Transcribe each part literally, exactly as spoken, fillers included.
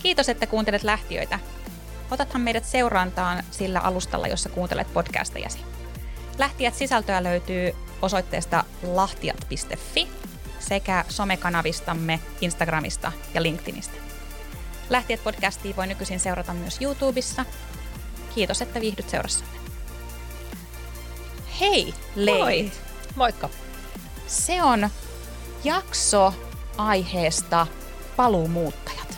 Kiitos, että kuuntelet Lähtiöitä. Otathan meidät seurantaan sillä alustalla, jossa kuuntelet podcastajasi. Lähtijät sisältöä löytyy osoitteesta lahtiat piste fi sekä somekanavistamme Instagramista ja LinkedInistä. Lähtijät-podcastia voi nykyisin seurata myös YouTubessa. Kiitos, että viihdyt seurassamme. Hei, Lei! Moi! Moikka! Se on jakso aiheesta paluumuuttajat.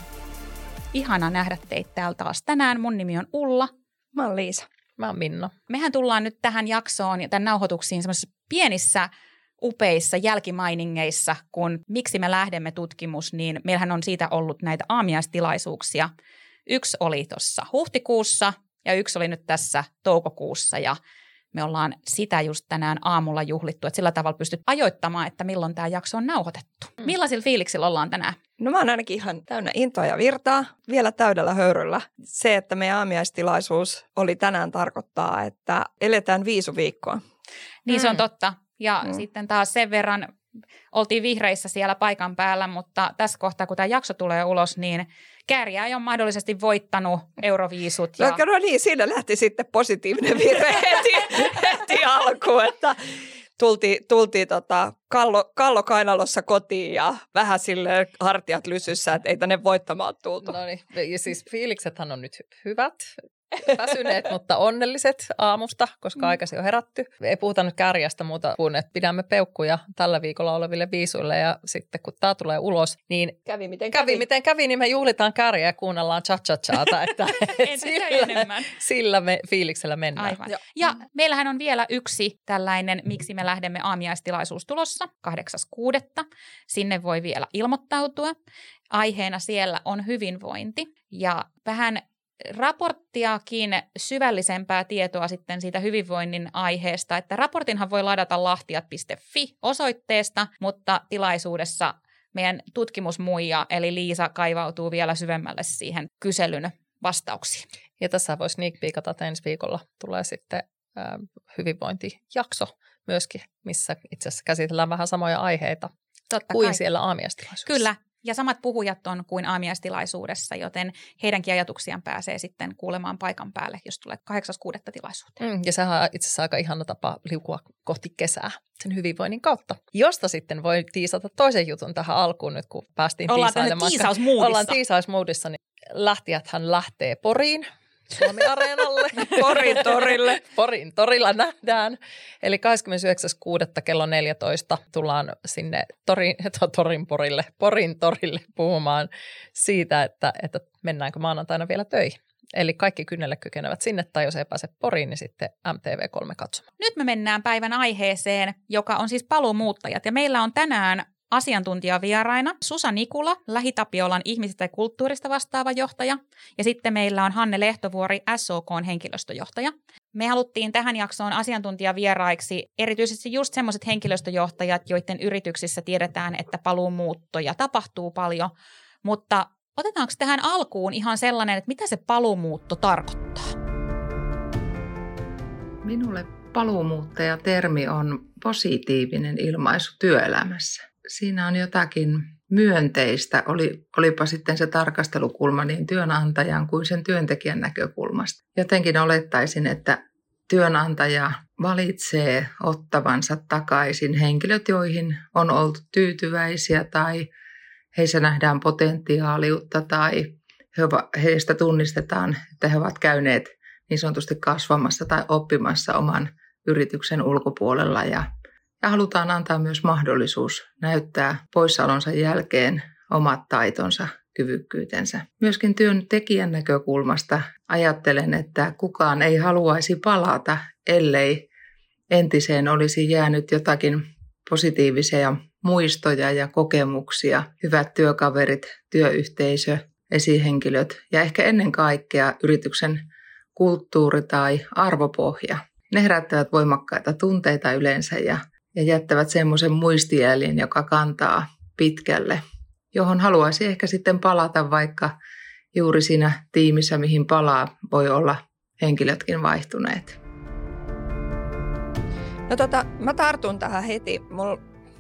Ihana nähdä teitä täällä taas tänään. Mun nimi on Ulla. Mä oon Liisa. Mä oon Minna. Mehän tullaan nyt tähän jaksoon ja tämän nauhoituksiin semmoisissa pienissä upeissa jälkimainingeissa, kun Miksi me lähdemme -tutkimus, niin meillähän on siitä ollut näitä aamiaistilaisuuksia. Yksi oli tuossa huhtikuussa ja yksi oli nyt tässä toukokuussa ja me ollaan sitä just tänään aamulla juhlittu, että sillä tavalla pystyt ajoittamaan, että milloin tämä jakso on nauhoitettu. Mm. Millaisilla fiiliksillä ollaan tänään? No mä oon ainakin ihan täynnä intoa ja virtaa, vielä täydellä höyryllä. Se, että meidän aamiaistilaisuus oli tänään tarkoittaa, että eletään viisuviikkoa. Niin mm. se on totta. Ja mm. sitten taas sen verran oltiin vihreissä siellä paikan päällä, mutta tässä kohtaa, kun tämä jakso tulee ulos, niin Kääriä on mahdollisesti voittanut Euroviisut. Ja... No, no niin, siinä lähti sitten positiivinen virhe heti, heti alkuun, että tultiin, tultiin tota kallo, kallo kainalossa kotiin ja vähän silleen hartiat lysyssä, että ei tänne voittamaan tultu. No niin, ja siis fiiliksethän on nyt hyvät. Väsyneet, mutta onnelliset aamusta, koska aikaisin on herätty. Ei puhuta nyt Kääriästä muuta kuin, että pidämme peukkuja tällä viikolla oleville viisuille ja sitten kun tämä tulee ulos, niin kävi miten kävi. kävi, miten kävi niin me juhlitaan Kääriä ja kuunnellaan cha-cha-chaata, että et sillä, sillä me fiiliksellä mennään. Aivan. Ja meillähän on vielä yksi tällainen Miksi me lähdemme -aamiaistilaisuus tulossa, kahdeksas kuudetta. Sinne voi vielä ilmoittautua. Aiheena siellä on hyvinvointi ja vähän raporttiakin syvällisempää tietoa sitten siitä hyvinvoinnin aiheesta, että raportinhan voi ladata lahtiat piste fi osoitteesta, mutta tilaisuudessa meidän tutkimusmuija eli Liisa kaivautuu vielä syvemmälle siihen kyselyn vastauksiin. Ja tässä voisi sneak peekata, että ensi viikolla tulee sitten äh, hyvinvointijakso myöskin, missä itse asiassa käsitellään vähän samoja aiheita Totta kuin kai. Siellä aamiaistilaisuudessa. Kyllä. Ja samat puhujat on kuin aamiaistilaisuudessa, joten heidänkin ajatuksiaan pääsee sitten kuulemaan paikan päälle, jos tulee kahdeksas kuudetta tilaisuuteen. Mm, ja sehän on itse asiassa aika ihana tapa liukua kohti kesää sen hyvinvoinnin kautta, josta sitten voi tiisata toisen jutun tähän alkuun nyt, kun päästiin Ollaan tiisailemaan. tiisausmoodissa. Ollaan tiisausmoodissa, niin lähtijäthän lähtee Poriin. Suomi-areenalle. Porin torille. Porin torilla nähdään. Eli kahdeskymmenesyhdeksäs kuudetta kello neljätoista tullaan sinne torin, torin porille, Porin torille puhumaan siitä, että, että mennäänkö maanantaina vielä töihin. Eli kaikki kynnelle kykenevät sinne, tai jos ei pääse Poriin, niin sitten M T V kolme katsomaan. Nyt me mennään päivän aiheeseen, joka on siis paluumuuttajat. Ja meillä on tänään asiantuntijavieraina Susa Nikula, Lähi-Tapiolan ihmisistä ja kulttuurista vastaava johtaja. Ja sitten meillä on Hanne Lehtovuori, S O K:n henkilöstöjohtaja. Me haluttiin tähän jaksoon asiantuntijavieraiksi erityisesti just semmoiset henkilöstöjohtajat, joiden yrityksissä tiedetään, että paluumuuttoja tapahtuu paljon. Mutta otetaanko tähän alkuun ihan sellainen, että mitä se paluumuutto tarkoittaa? Minulle paluumuuttaja-termi on positiivinen ilmaisu työelämässä. Siinä on jotakin myönteistä, oli, olipa sitten se tarkastelukulma niin työnantajan kuin sen työntekijän näkökulmasta. Jotenkin olettaisin, että työnantaja valitsee ottavansa takaisin henkilöt, joihin on oltu tyytyväisiä tai heissä nähdään potentiaaliutta tai heistä tunnistetaan, että he ovat käyneet niin sanotusti kasvamassa tai oppimassa oman yrityksen ulkopuolella ja, ja halutaan antaa myös mahdollisuus näyttää poissaolonsa jälkeen omat taitonsa, kyvykkyytensä. Myöskin työntekijän näkökulmasta ajattelen, että kukaan ei haluaisi palata, ellei entiseen olisi jäänyt jotakin positiivisia muistoja ja kokemuksia, hyvät työkaverit, työyhteisö, esihenkilöt ja ehkä ennen kaikkea yrityksen kulttuuri tai arvopohja. Ne herättävät voimakkaita tunteita yleensä ja, ja jättävät semmoisen muistijäljen, joka kantaa pitkälle, johon haluaisi ehkä sitten palata, vaikka juuri siinä tiimissä, mihin palaa, voi olla henkilötkin vaihtuneet. No tota, mä tartun tähän heti. Mulla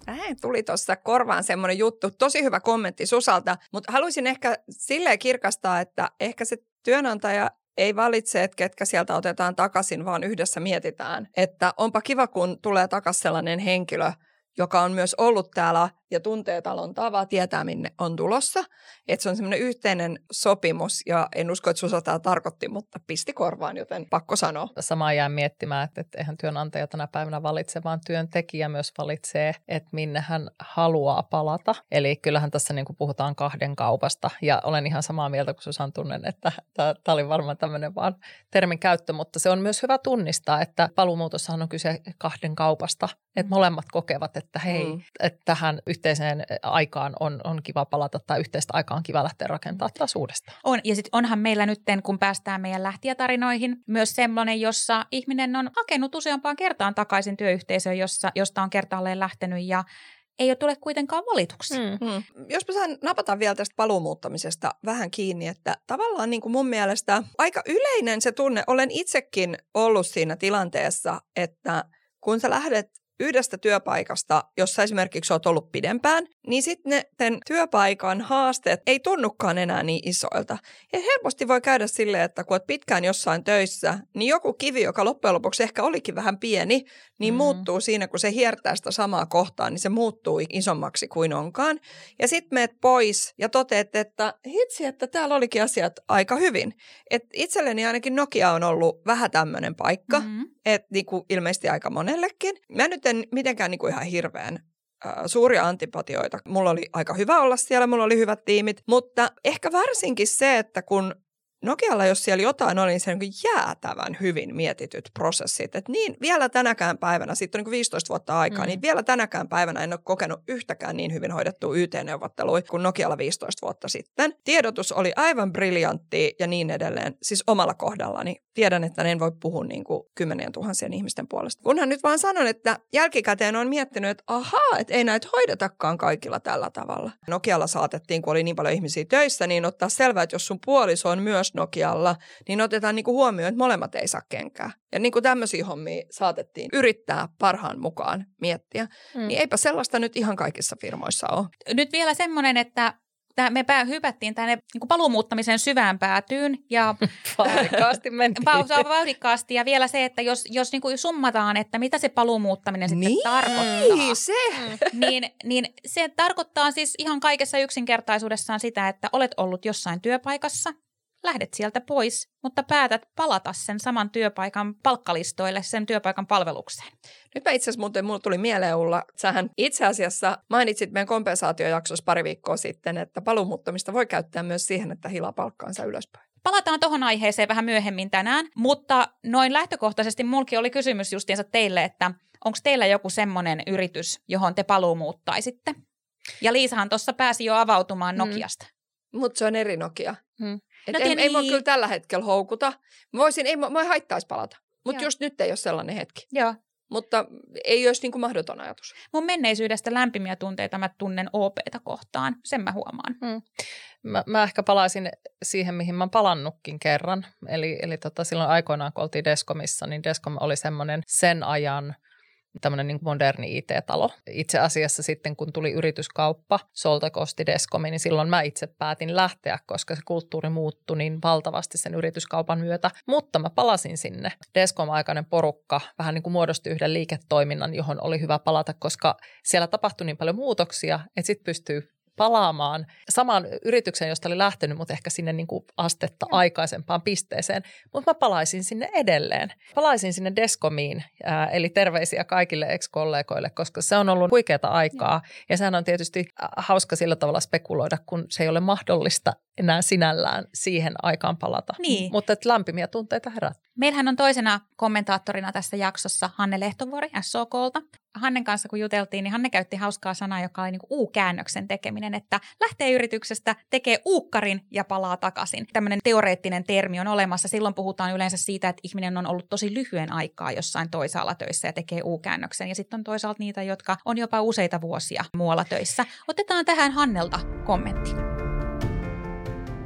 Näin tuli tuossa korvaan semmoinen juttu. Tosi hyvä kommentti Susalta, mutta haluaisin ehkä silleen kirkastaa, että ehkä se työnantaja ei valitse, että ketkä sieltä otetaan takaisin, vaan yhdessä mietitään, että onpa kiva, kun tulee takaisin sellainen henkilö, joka on myös ollut täällä ja tuntee talon tavaa, tietää minne on tulossa. Että se on semmoinen yhteinen sopimus ja en usko, että Susa tämä tarkoitti, mutta pisti korvaan, joten pakko sanoa. Samaa jää miettimään, että, että eihän työnantaja tänä päivänä valitse, vaan työntekijä myös valitsee, että minne hän haluaa palata. Eli kyllähän tässä niin kuin puhutaan kahden kaupasta ja olen ihan samaa mieltä kuin Susan tunnen, että tämä oli varmaan tämmöinen vaan termin käyttö, mutta se on myös hyvä tunnistaa, että paluumuutossahan on kyse kahden kaupasta, että molemmat kokevat, että hei, mm. että tähän yhteiseen aikaan on, on kiva palata tai yhteistä aikaa on kiva lähteä rakentamaan taas uudestaan. On, ja sitten onhan meillä nyt, kun päästään meidän lähtijätarinoihin, myös semmoinen, jossa ihminen on hakenut useampaan kertaan takaisin työyhteisöön, jossa, josta on kertaalleen lähtenyt ja ei ole tule kuitenkaan valituksi. Mm. Mm. Jos mä saan napata vielä tästä paluumuuttamisesta vähän kiinni, että tavallaan niin kuin mun mielestä aika yleinen se tunne, olen itsekin ollut siinä tilanteessa, että kun sä lähdet yhdestä työpaikasta, jossa esimerkiksi olet ollut pidempään, niin sitten ne työpaikan haasteet ei tunnukaan enää niin isoilta. Ja helposti voi käydä silleen, että kun olet pitkään jossain töissä, niin joku kivi, joka loppujen lopuksi ehkä olikin vähän pieni, niin mm. muuttuu siinä, kun se hiertää sitä samaa kohtaa, niin se muuttuu isommaksi kuin onkaan. Ja sitten meet pois ja toteat, että hitsi, että täällä olikin asiat aika hyvin. Et itselleni ainakin Nokia on ollut vähän tämmöinen paikka, mm. että niinku ilmeisesti aika monellekin. Mä nyt en mitenkään niinku ihan hirveän äh, suuria antipatioita. Mulla oli aika hyvä olla siellä, mulla oli hyvät tiimit, mutta ehkä varsinkin se, että kun Nokialla, jos siellä jotain oli, niin se on niin jäätävän hyvin mietityt prosessit. Et niin vielä tänäkään päivänä, siitä on niin viisitoista vuotta aikaa, mm. niin vielä tänäkään päivänä en ole kokenut yhtäkään niin hyvin hoidettua Y T-neuvottelua kuin Nokialla viisitoista vuotta sitten. Tiedotus oli aivan briljantti ja niin edelleen. Siis omalla kohdallani tiedän, että en voi puhua niin kuin kymmenien tuhansien ihmisten puolesta. Kunhan nyt vaan sanon, että jälkikäteen on miettinyt, että ahaa, että ei näitä hoidetakaan kaikilla tällä tavalla. Nokialla saatettiin, kun oli niin paljon ihmisiä töissä, niin ottaa selvää, että jos sun puoliso on myös Nokialla, niin otetaan niinku huomioon, että molemmat ei saa kenkää. Ja niinku tämmöisiä hommia saatettiin yrittää parhaan mukaan miettiä. Mm. Niin eipä sellaista nyt ihan kaikissa firmoissa ole. Nyt vielä semmoinen, että me pää, hypättiin tänne niin paluumuuttamisen syvään päätyyn ja vauhdikkaasti mentiin. Vauhdikkaasti ja vielä se, että jos, jos niin kuin summataan, että mitä se paluumuuttaminen sitten niin, tarkoittaa. Se. Niin, niin se tarkoittaa siis ihan kaikessa yksinkertaisuudessaan sitä, että olet ollut jossain työpaikassa, lähdet sieltä pois, mutta päätät palata sen saman työpaikan palkkalistoille, sen työpaikan palvelukseen. Nyt mä itse asiassa muuten, mulle tuli mieleen Ulla, sähän itse asiassa mainitsit meidän kompensaatiojaksossa pari viikkoa sitten, että paluumuuttamista voi käyttää myös siihen, että hilaa palkkaansa ylöspäin. Palataan tuohon aiheeseen vähän myöhemmin tänään, mutta noin lähtökohtaisesti mulki oli kysymys justiinsa teille, että onko teillä joku semmoinen yritys, johon te paluumuuttaisitte? Ja Liisahan tuossa pääsi jo avautumaan Nokiasta. Mm. Mutta se on eri Nokia. Mm. Et no ei, niin. ei mua kyllä tällä hetkellä houkuta. Mä voisin, ei mua haittaisi palata, mutta just nyt ei ole sellainen hetki. Joo. Mutta ei olisi niin kuin mahdoton ajatus. Mun menneisyydestä lämpimiä tunteita mä tunnen O P:tä kohtaan, sen mä huomaan. Mm. Mä, mä ehkä palaisin siihen, mihin mä oon palannutkin kerran. Eli, eli tota, silloin aikoinaan, kun oltiin Descomissa, niin Descom oli semmoinen sen ajan tämmöinen niin moderni I T-talo. Itse asiassa sitten, kun tuli yrityskauppa, Solteq osti Descomin, niin silloin mä itse päätin lähteä, koska se kulttuuri muuttui niin valtavasti sen yrityskaupan myötä. Mutta mä palasin sinne. Descom-aikainen porukka vähän niin kuin muodostui yhden liiketoiminnan, johon oli hyvä palata, koska siellä tapahtui niin paljon muutoksia, että sitten pystyy palaamaan samaan yritykseen, josta oli lähtenyt, mutta ehkä sinne niin kuin astetta aikaisempaan pisteeseen. Mutta mä palaisin sinne edelleen. Palaisin sinne Descomiin, ää, eli terveisiä kaikille ex-kollegoille, koska se on ollut huikeata aikaa. Ja sehän on tietysti hauska sillä tavalla spekuloida, kun se ei ole mahdollista enää sinällään siihen aikaan palata. Niin. Mutta lämpimiä tunteita herättää. Meillähän on toisena kommentaattorina tässä jaksossa Hanne Lehtovuori S O K:lta. Hannen kanssa kun juteltiin, niin Hanne käytti hauskaa sanaa, joka oli niin kuin U-käännöksen tekeminen, että lähtee yrityksestä, tekee uukkarin ja palaa takaisin. Tämmöinen teoreettinen termi on olemassa. Silloin puhutaan yleensä siitä, että ihminen on ollut tosi lyhyen aikaa jossain toisaalla töissä ja tekee U-käännöksen. Ja sitten on toisaalta niitä, jotka on jopa useita vuosia muualla töissä. Otetaan tähän Hannelta kommentti.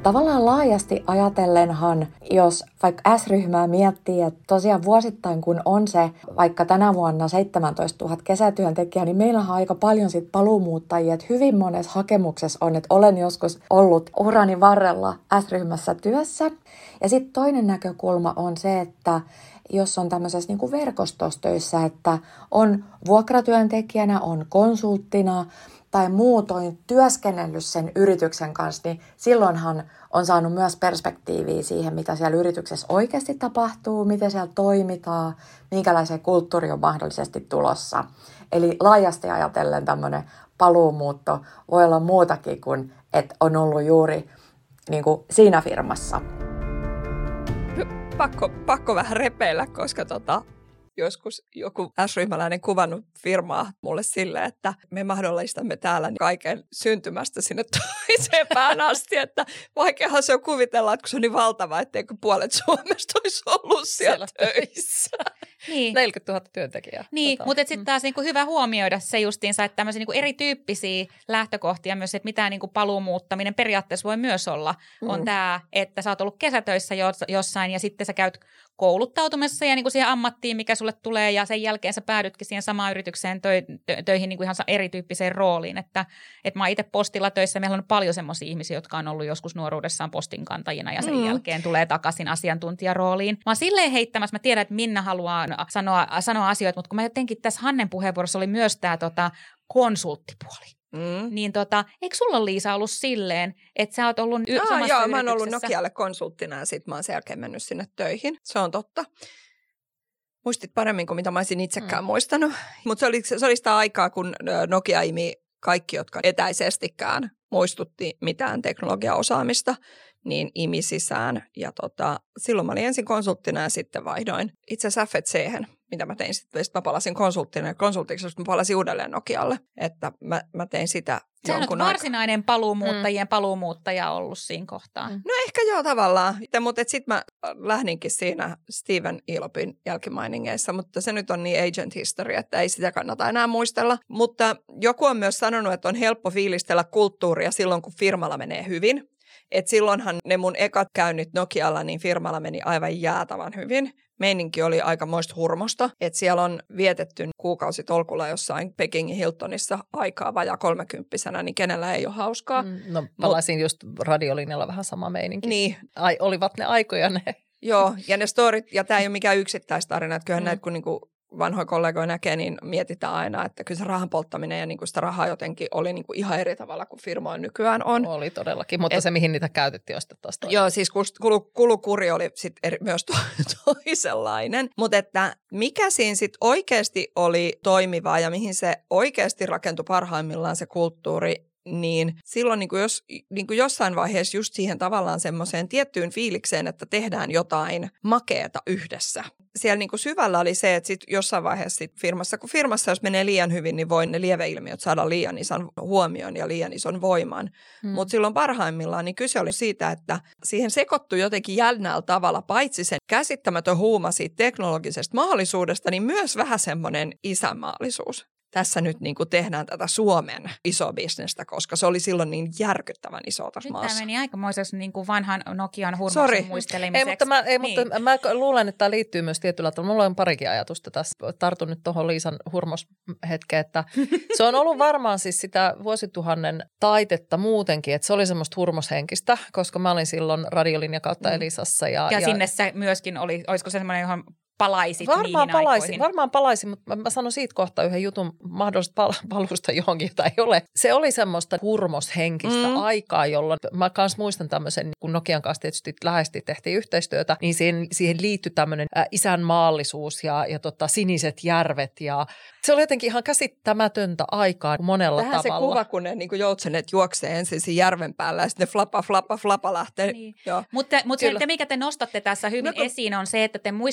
Tavallaan laajasti ajatellenhan, jos vaikka S-ryhmää miettii, että tosiaan vuosittain kun on se vaikka tänä vuonna seitsemäntoistatuhatta kesätyöntekijää, niin meillähän on aika paljon sit paluumuuttajia, että hyvin monessa hakemuksessa on, että olen joskus ollut urani varrella S-ryhmässä työssä. Ja sitten toinen näkökulma on se, että jos on tämmöisessä niin kuin verkostossa töissä, että on vuokratyöntekijänä, on konsulttina tai muutoin työskennellyt sen yrityksen kanssa, niin silloinhan on saanut myös perspektiiviä siihen, mitä siellä yrityksessä oikeasti tapahtuu, miten siellä toimitaan, minkälaisen kulttuuri on mahdollisesti tulossa. Eli laajasti ajatellen tämmöinen paluumuutto voi olla muutakin kuin, että on ollut juuri niin kuin siinä firmassa. Pakko, pakko vähän repeillä, koska tota, joskus joku S-ryhmäläinen kuvannut firmaa mulle sille, että me mahdollistamme täällä kaiken syntymästä sinne toiseen pään asti, että vaikeahan se on kuvitella, että kun se on niin valtava, etteikö puolet Suomesta olisi ollut siellä, siellä töissä. Niin. neljäkymmentätuhatta työntekijää. Niin, tota. Mutta sitten mm. taas niinku hyvä huomioida se justiinsa, että tämmöisiä niinku erityyppisiä lähtökohtia myös, että mitä niinku paluumuuttaminen periaatteessa voi myös olla, mm. on tämä, että sä oot ollut kesätöissä jossain ja sitten sä käyt kouluttautumassa ja niinku siihen ammattiin, mikä sulle tulee ja sen jälkeen sä päädytkin siihen samaan yritykseen tö- tö- töihin niinku ihan erityyppiseen rooliin. Että et mä oon itse postilla töissä, meillä on paljon semmoisia ihmisiä, jotka on ollut joskus nuoruudessaan postinkantajina ja sen mm. jälkeen tulee takaisin asiantuntijarooliin. Mä oon silleen heittämässä, mä tiedän, että Minna haluaa sanoa, sanoa asioita, mutta kun mä jotenkin tässä Hannen puheenvuorossa oli myös tämä tota, konsulttipuoli. Mm. Niin tota, eikö sulla Liisa ollut silleen, että sä oot ollut y- Aa, samassa joo, mä oon ollut Nokialle konsulttina ja sit mä oon sen jälkeen mennyt sinne töihin. Se on totta. Muistit paremmin kuin mitä mä olisin itsekään mm. muistanut. Mutta se oli, se oli sitä aikaa, kun Nokia imi kaikki, jotka etäisestikään muistutti mitään teknologiaosaamista, niin imi sisään. Ja tota, silloin mä olin ensin konsulttina ja sitten vaihdoin itse asiassa F C hen, mitä mä tein sitten. Sitten mä palasin konsulttina ja konsultiksi, mä palasin uudelleen Nokialle. Että mä, mä tein sitä Sä olet varsinainen paluumuuttajien mm. paluumuuttaja ollut siinä kohtaa. Mm. No ehkä joo tavallaan, mutta sitten mä lähdinkin siinä Steven Ilopin jälkimainingeissa, mutta se nyt on niin agent history, että ei sitä kannata enää muistella. Mutta joku on myös sanonut, että on helppo fiilistellä kulttuuria silloin, kun firmalla menee hyvin. Et silloinhan ne mun ekat käynnit Nokialla, niin firmalla meni aivan jäätävän hyvin. Meininki oli aikamoista hurmosta, että siellä on vietetty kuukausitolkulla jossain Pekingin Hiltonissa aikaa vajaa kolmekymppisenä, niin kenellä ei ole hauskaa. Mm, no palasin Mut, just radiolinjalla vähän sama meininki. Niin. Ai, olivat ne aikoja ne. Joo, ja ne storit, ja tämä ei ole mikään yksittäistarina, että kyllähän mm. näitä kun niinku vanhoja kollegoja näkee, niin mietitään aina, että kyllä se rahan polttaminen ja niinku sitä rahaa jotenkin oli niinku ihan eri tavalla kuin firmoja nykyään on. Oli todellakin, mutta Et, se mihin niitä käytettiin on sitten taas toinen. Joo, siis kulu, kulukuri oli sit eri, myös to, toisenlainen, mutta että mikä siinä sitten oikeasti oli toimivaa ja mihin se oikeasti rakentui parhaimmillaan se kulttuuri, niin silloin niin kuin jos, niin kuin jossain vaiheessa just siihen tavallaan semmoiseen tiettyyn fiilikseen, että tehdään jotain makeata yhdessä. Siellä niin kuin syvällä oli se, että sit jossain vaiheessa sit firmassa, kun firmassa jos menee liian hyvin, niin voi ne lieveilmiöt saada liian ison huomioon ja liian ison voiman. Hmm. Mutta silloin parhaimmillaan niin kyse oli siitä, että siihen sekoittui jotenkin jännällä tavalla, paitsi sen käsittämätön huuma siitä teknologisesta mahdollisuudesta, niin myös vähän semmoinen isänmaallisuus. Tässä nyt niin kuin tehdään tätä Suomen isoa bisnestä, koska se oli silloin niin järkyttävän iso tässä maassa. Nyt tämä meni aikamoisessa niin kuin vanhan Nokian hurmoksen muistelemiseksi. Ei, mutta, mä, ei, niin. mutta mä luulen, että tämä liittyy myös tietyllä tavalla. Mulla on parikin ajatusta tässä. Tartun nyt tuohon Liisan hurmoshetkeen, että se on ollut varmaan siis sitä vuosituhannen taitetta muutenkin, että se oli semmoista hurmoshenkistä, koska mä olin silloin radiolinja kautta Elisassa. Ja, ja, ja sinne se myöskin oli, olisiko se semmoinen, johon palaisit varmaan niihin palaisin, aikoihin? Varmaan palaisin, mutta mä, mä sanon siitä kohta yhden jutun mahdollisesta pal- palusta johonkin, jota ei ole. Se oli semmoista hurmoshenkistä mm. aikaa, jolloin mä kans muistan tämmöisen, kun Nokian kanssa tietysti läheisesti tehtiin yhteistyötä, niin siihen, siihen liittyi tämmöinen äh, isänmaallisuus ja, ja tota, siniset järvet. Ja se oli jotenkin ihan käsittämätöntä aikaa monella Tähän tavalla. Se kuva, kun ne niin kuin joutsenet juoksee ensin siinä järven päällä ja sitten flapa, flapa, flapa lähtee. Niin. Mutta, mutta se, mikä te nostatte tässä hyvin no, kun... esiin, on se, että te muistelette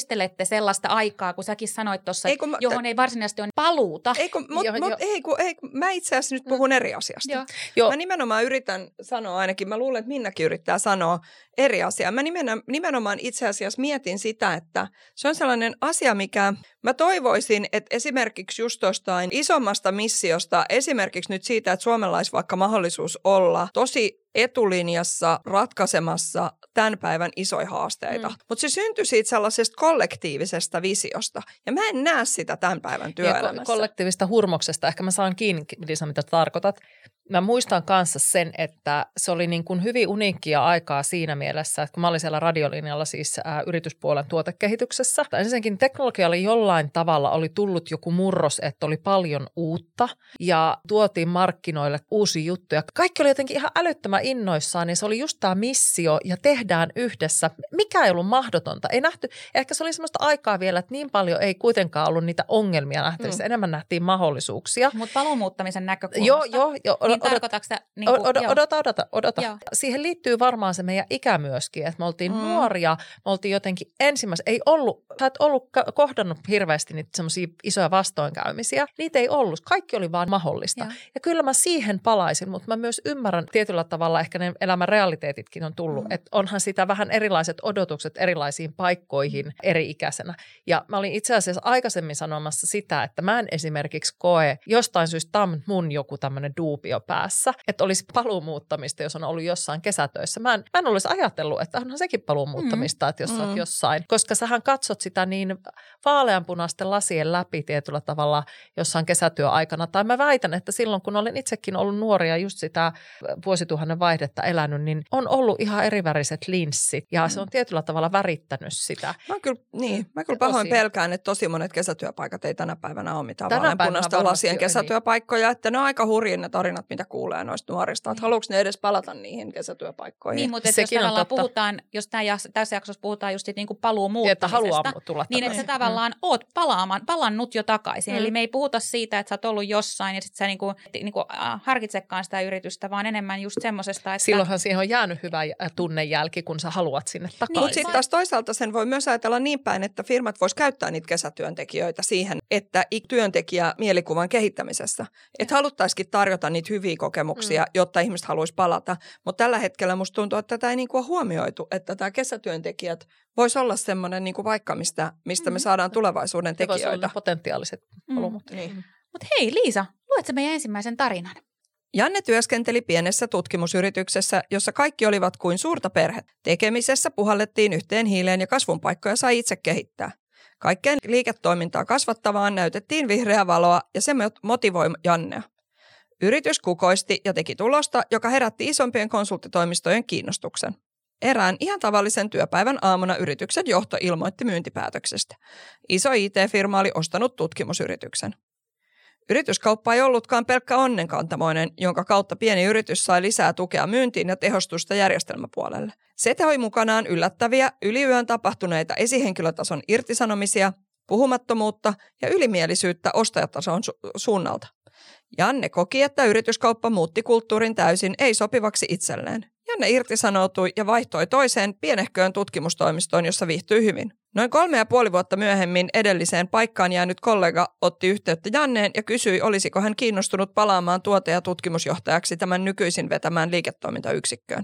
sellaista aikaa, kun säkin sanoit tuossa, Ei, mä, johon ei varsinaisesti ole paluuta. Ei, kun, mut, Jo, mut, jo. ei, kun, ei, kun, mä itse asiassa nyt puhun no. eri asiasta. Joo. Joo. Mä nimenomaan yritän sanoa ainakin, mä luulen, että Minnakin yrittää sanoa eri asiaa. Mä nimenomaan, nimenomaan itse asiassa mietin sitä, että se on sellainen asia, mikä mä toivoisin, että esimerkiksi just jostain isommasta missiosta, esimerkiksi nyt siitä, että Suomella olisi vaikka mahdollisuus olla tosi etulinjassa ratkaisemassa tämän päivän isoja haasteita. Mm. Mutta se syntyi siitä sellaisesta kollektiivisesta visiosta. Ja mä en näe sitä tämän päivän työelämässä. Ja ko- kollektiivista hurmoksesta. Ehkä mä saan kiinni, Liisa, mitä tarkoitat. Mä muistan kanssa sen, että se oli niin kuin hyvin uniikkia aikaa siinä mielessä, että kun mä olin siellä radiolinjalla siis ää, yrityspuolen tuotekehityksessä. Ensinnäkin teknologia oli jollain tavalla, oli tullut joku murros, että oli paljon uutta ja tuotiin markkinoille uusia juttuja. Kaikki oli jotenkin ihan älyttömän innoissaan, niin se oli just tämä missio ja tehdään yhdessä. Mikä ei ollut mahdotonta. Ei nähty, ehkä se oli sellaista aikaa vielä, että niin paljon ei kuitenkaan ollut niitä ongelmia nähtävissä. Mm. Enemmän nähtiin mahdollisuuksia. Mutta paluumuuttamisen näkökulmasta. Joo, joo. Jo, niin tarkoitatko sitä? Niin kuin, odota, odota, odota, odota. Joo. Siihen liittyy varmaan se meidän ikä myöskin, että me oltiin Mm. nuoria, me oltiin jotenkin ensimmäisenä, ei ollut, sä et ollut kohdannut hirveästi niitä semmoisia isoja vastoinkäymisiä, niitä ei ollut, kaikki oli vaan mahdollista. Joo. Ja kyllä mä siihen palaisin, mutta mä myös ymmärrän tietyllä tavalla, ehkä ne elämän realiteetitkin on tullut, mm. että onhan sitä vähän erilaiset odotukset erilaisiin paikkoihin eri-ikäisenä. Ja mä olin itse asiassa aikaisemmin sanomassa sitä, että mä en esimerkiksi koe, jostain syystä tämä on mun joku tämmöinen duubio päässä, että olisi paluumuuttamista, jos on ollut jossain kesätöissä. Mä en, mä en olisi ajatellut, että onhan sekin paluumuuttamista, mm. että jos mm. olet jossain, koska sähän katsot sitä niin vaaleanpunaisten lasien läpi tietyllä tavalla jossain kesätyöaikana. Tai mä väitän, että silloin kun olen itsekin ollut nuoria just sitä vuosituhannen vaihdetta elänyt, niin on ollut ihan eriväriset linssit ja mm. se on tietyllä tavalla värittänyt sitä. Mä kyllä, niin, mä kyllä pahoin Tosi. pelkään, että tosi monet kesätyöpaikat ei tänä päivänä ole mitään Tänä vaaleanpunaisten päivänä lasien varmasti kesätyöpaikkoja, että ne on aika hurjia ne tarinat, mitä kuulee noista nuorista. Että haluatko ne edes palata niihin kesätyöpaikkoihin? Niin, mutta jos Sekin on tavallaan totta. puhutaan, jos tämä jas, tässä jaksossa puhutaan just niin kuin paluu Että haluaa muuttamisesta, tulla niin että sä tavallaan mm. oot palaamaan, palannut jo takaisin. Mm. Eli me ei puhuta siitä, että sä oot ollut jossain ja sit sä niinku, niinku, äh, harkitsekaan sitä yritystä, vaan enemmän just semmosesta, että... Silloinhan siihen on jäänyt hyvä tunnejälki, kun sä haluat sinne takaisin. Mutta sitten taas toisaalta sen voi myös ajatella niin päin, että firmat vois käyttää niitä kesätyöntekijöitä siihen, että työntekijä mielikuvan kehittämisessä. Että haluttaisikin tarjota niitä hyviä kokemuksia, mm. jotta ihmiset haluaisi palata. Mutta tällä hetkellä musta tuntuu, että tätä ei niinku ole huomioitu, että tämä kesätyöntekijät voisi olla semmoinen niinku vaikka, mistä, mistä mm. me saadaan tulevaisuuden Se voisi olla tekijöitä. ne potentiaaliset palumut. Mm. Niin. Mutta hei Liisa, luetko meidän ensimmäisen tarinan? Janne työskenteli pienessä tutkimusyrityksessä, jossa kaikki olivat kuin suurta perhettä. Tekemisessä puhallettiin yhteen hiileen ja kasvunpaikkoja sai itse kehittää. Kaikkeen liiketoimintaa kasvattavaan näytettiin vihreää valoa ja se motivoi Jannea. Yritys kukoisti ja teki tulosta, joka herätti isompien konsulttitoimistojen kiinnostuksen. Erään ihan tavallisen työpäivän aamuna yrityksen johto ilmoitti myyntipäätöksestä. Iso I T-firma oli ostanut tutkimusyrityksen. Yrityskauppa ei ollutkaan pelkkä onnenkantamoinen, jonka kautta pieni yritys sai lisää tukea myyntiin ja tehostusta järjestelmäpuolelle. Se toi mukanaan yllättäviä, yliyön tapahtuneita esihenkilötason irtisanomisia, puhumattomuutta ja ylimielisyyttä ostajatason su- suunnalta. Janne koki, että yrityskauppa muutti kulttuurin täysin ei-sopivaksi itselleen. Janne irtisanoutui ja vaihtoi toiseen pienehköön tutkimustoimistoon, jossa viihtyi hyvin. Noin kolme ja puoli vuotta myöhemmin edelliseen paikkaan jäänyt kollega otti yhteyttä Janneen ja kysyi, olisiko hän kiinnostunut palaamaan tuote- ja tutkimusjohtajaksi tämän nykyisin vetämään liiketoimintayksikköön.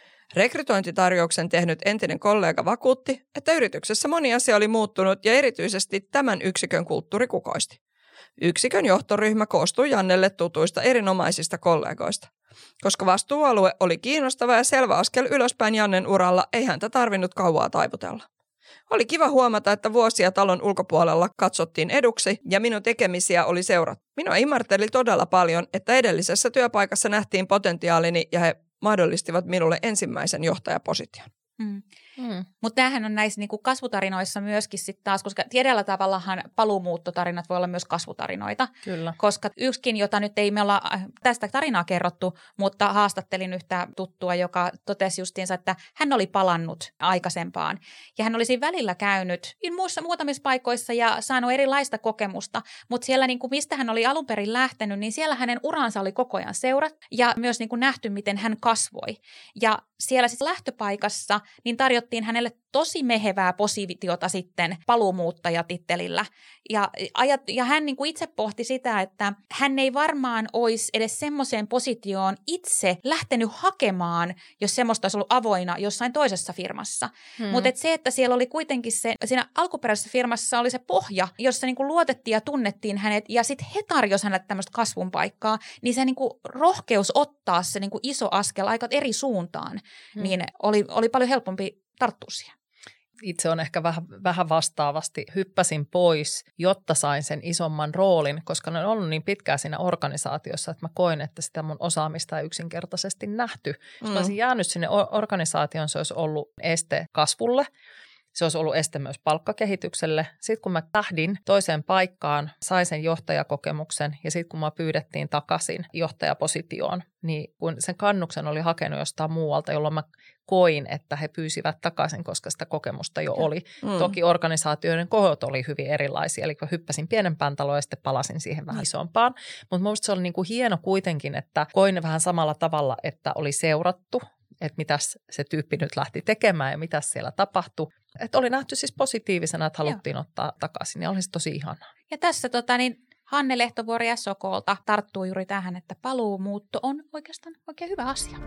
Rekrytointitarjouksen tehnyt entinen kollega vakuutti, että yrityksessä moni asia oli muuttunut ja erityisesti tämän yksikön kulttuuri kukoisti. Yksikön johtoryhmä koostui Jannelle tutuista erinomaisista kollegoista. Koska vastuualue oli kiinnostava ja selvä askel ylöspäin Jannen uralla, ei häntä tarvinnut kauaa taivutella. Oli kiva huomata, että vuosia talon ulkopuolella katsottiin eduksi ja minun tekemisiä oli seurattu. Minua imarteli todella paljon, että edellisessä työpaikassa nähtiin potentiaalini ja he mahdollistivat minulle ensimmäisen johtajaposition. Mm. Mm. Mutta tämähän on näissä niinku kasvutarinoissa myöskin sitten taas, koska tiedellä tavallahan paluumuuttotarinat voi olla myös kasvutarinoita. Kyllä. Koska yksikin, jota nyt ei me olla tästä tarinaa kerrottu, mutta haastattelin yhtä tuttua, joka totesi justiinsa, että hän oli palannut aikaisempaan. Ja hän olisi välillä käynyt muissa muutamissa paikoissa ja saanut erilaista kokemusta, mutta siellä niinku, mistä hän oli alun perin lähtenyt, niin siellä hänen uransa oli koko ajan seurattu ja myös niinku nähty, miten hän kasvoi. Ja siellä siis lähtöpaikassa niin tarjottiin tarjottiin hänelle tosi mehevää positiota sitten paluumuuttajatittelillä. Ja, ja hän niin kuin itse pohti sitä, että hän ei varmaan olisi edes semmoiseen positioon itse lähtenyt hakemaan, jos semmoista olisi ollut avoinna jossain toisessa firmassa. Hmm. Mutta et se, että siellä oli kuitenkin se, siinä alkuperäisessä firmassa oli se pohja, jossa niin kuin luotettiin ja tunnettiin hänet, ja sitten he tarjosivat hänelle tämmöistä kasvun paikkaa, niin se niin kuin rohkeus ottaa se niin kuin iso askel aika eri suuntaan, hmm. niin oli, oli paljon helpompi tarttua siihen. Itse on ehkä vähän, vähän vastaavasti. Hyppäsin pois, jotta sain sen isomman roolin, koska olen ollut niin pitkään siinä organisaatiossa, että mä koin, että sitä mun osaamista ei yksinkertaisesti nähty. Jos mm. mä olisin jäänyt sinne organisaatioon, se olisi ollut este kasvulle. Se olisi ollut este myös palkkakehitykselle. Sitten kun mä lähdin toiseen paikkaan, sain sen johtajakokemuksen ja sitten kun mä pyydettiin takaisin johtajapositioon, niin kun sen kannuksen oli hakenut jostain muualta, jolloin mä koin, että he pyysivät takaisin, koska sitä kokemusta jo oli. Mm. Toki organisaatioiden kohot oli hyvin erilaisia, eli kun hyppäsin pienempään taloon ja sitten palasin siihen vähän isompaan. Mutta minusta se oli niin kuin hieno kuitenkin, että koin vähän samalla tavalla, että oli seurattu, että mitäs se tyyppi nyt lähti tekemään ja mitäs siellä tapahtui. Että oli nähty siis positiivisena, että haluttiin Joo. ottaa takaisin ja olisi tosi ihanaa. Ja tässä tota, niin Hanne Lehtovuori S O K:lta tarttuu juuri tähän, että paluumuutto on oikeastaan oikein hyvä asia.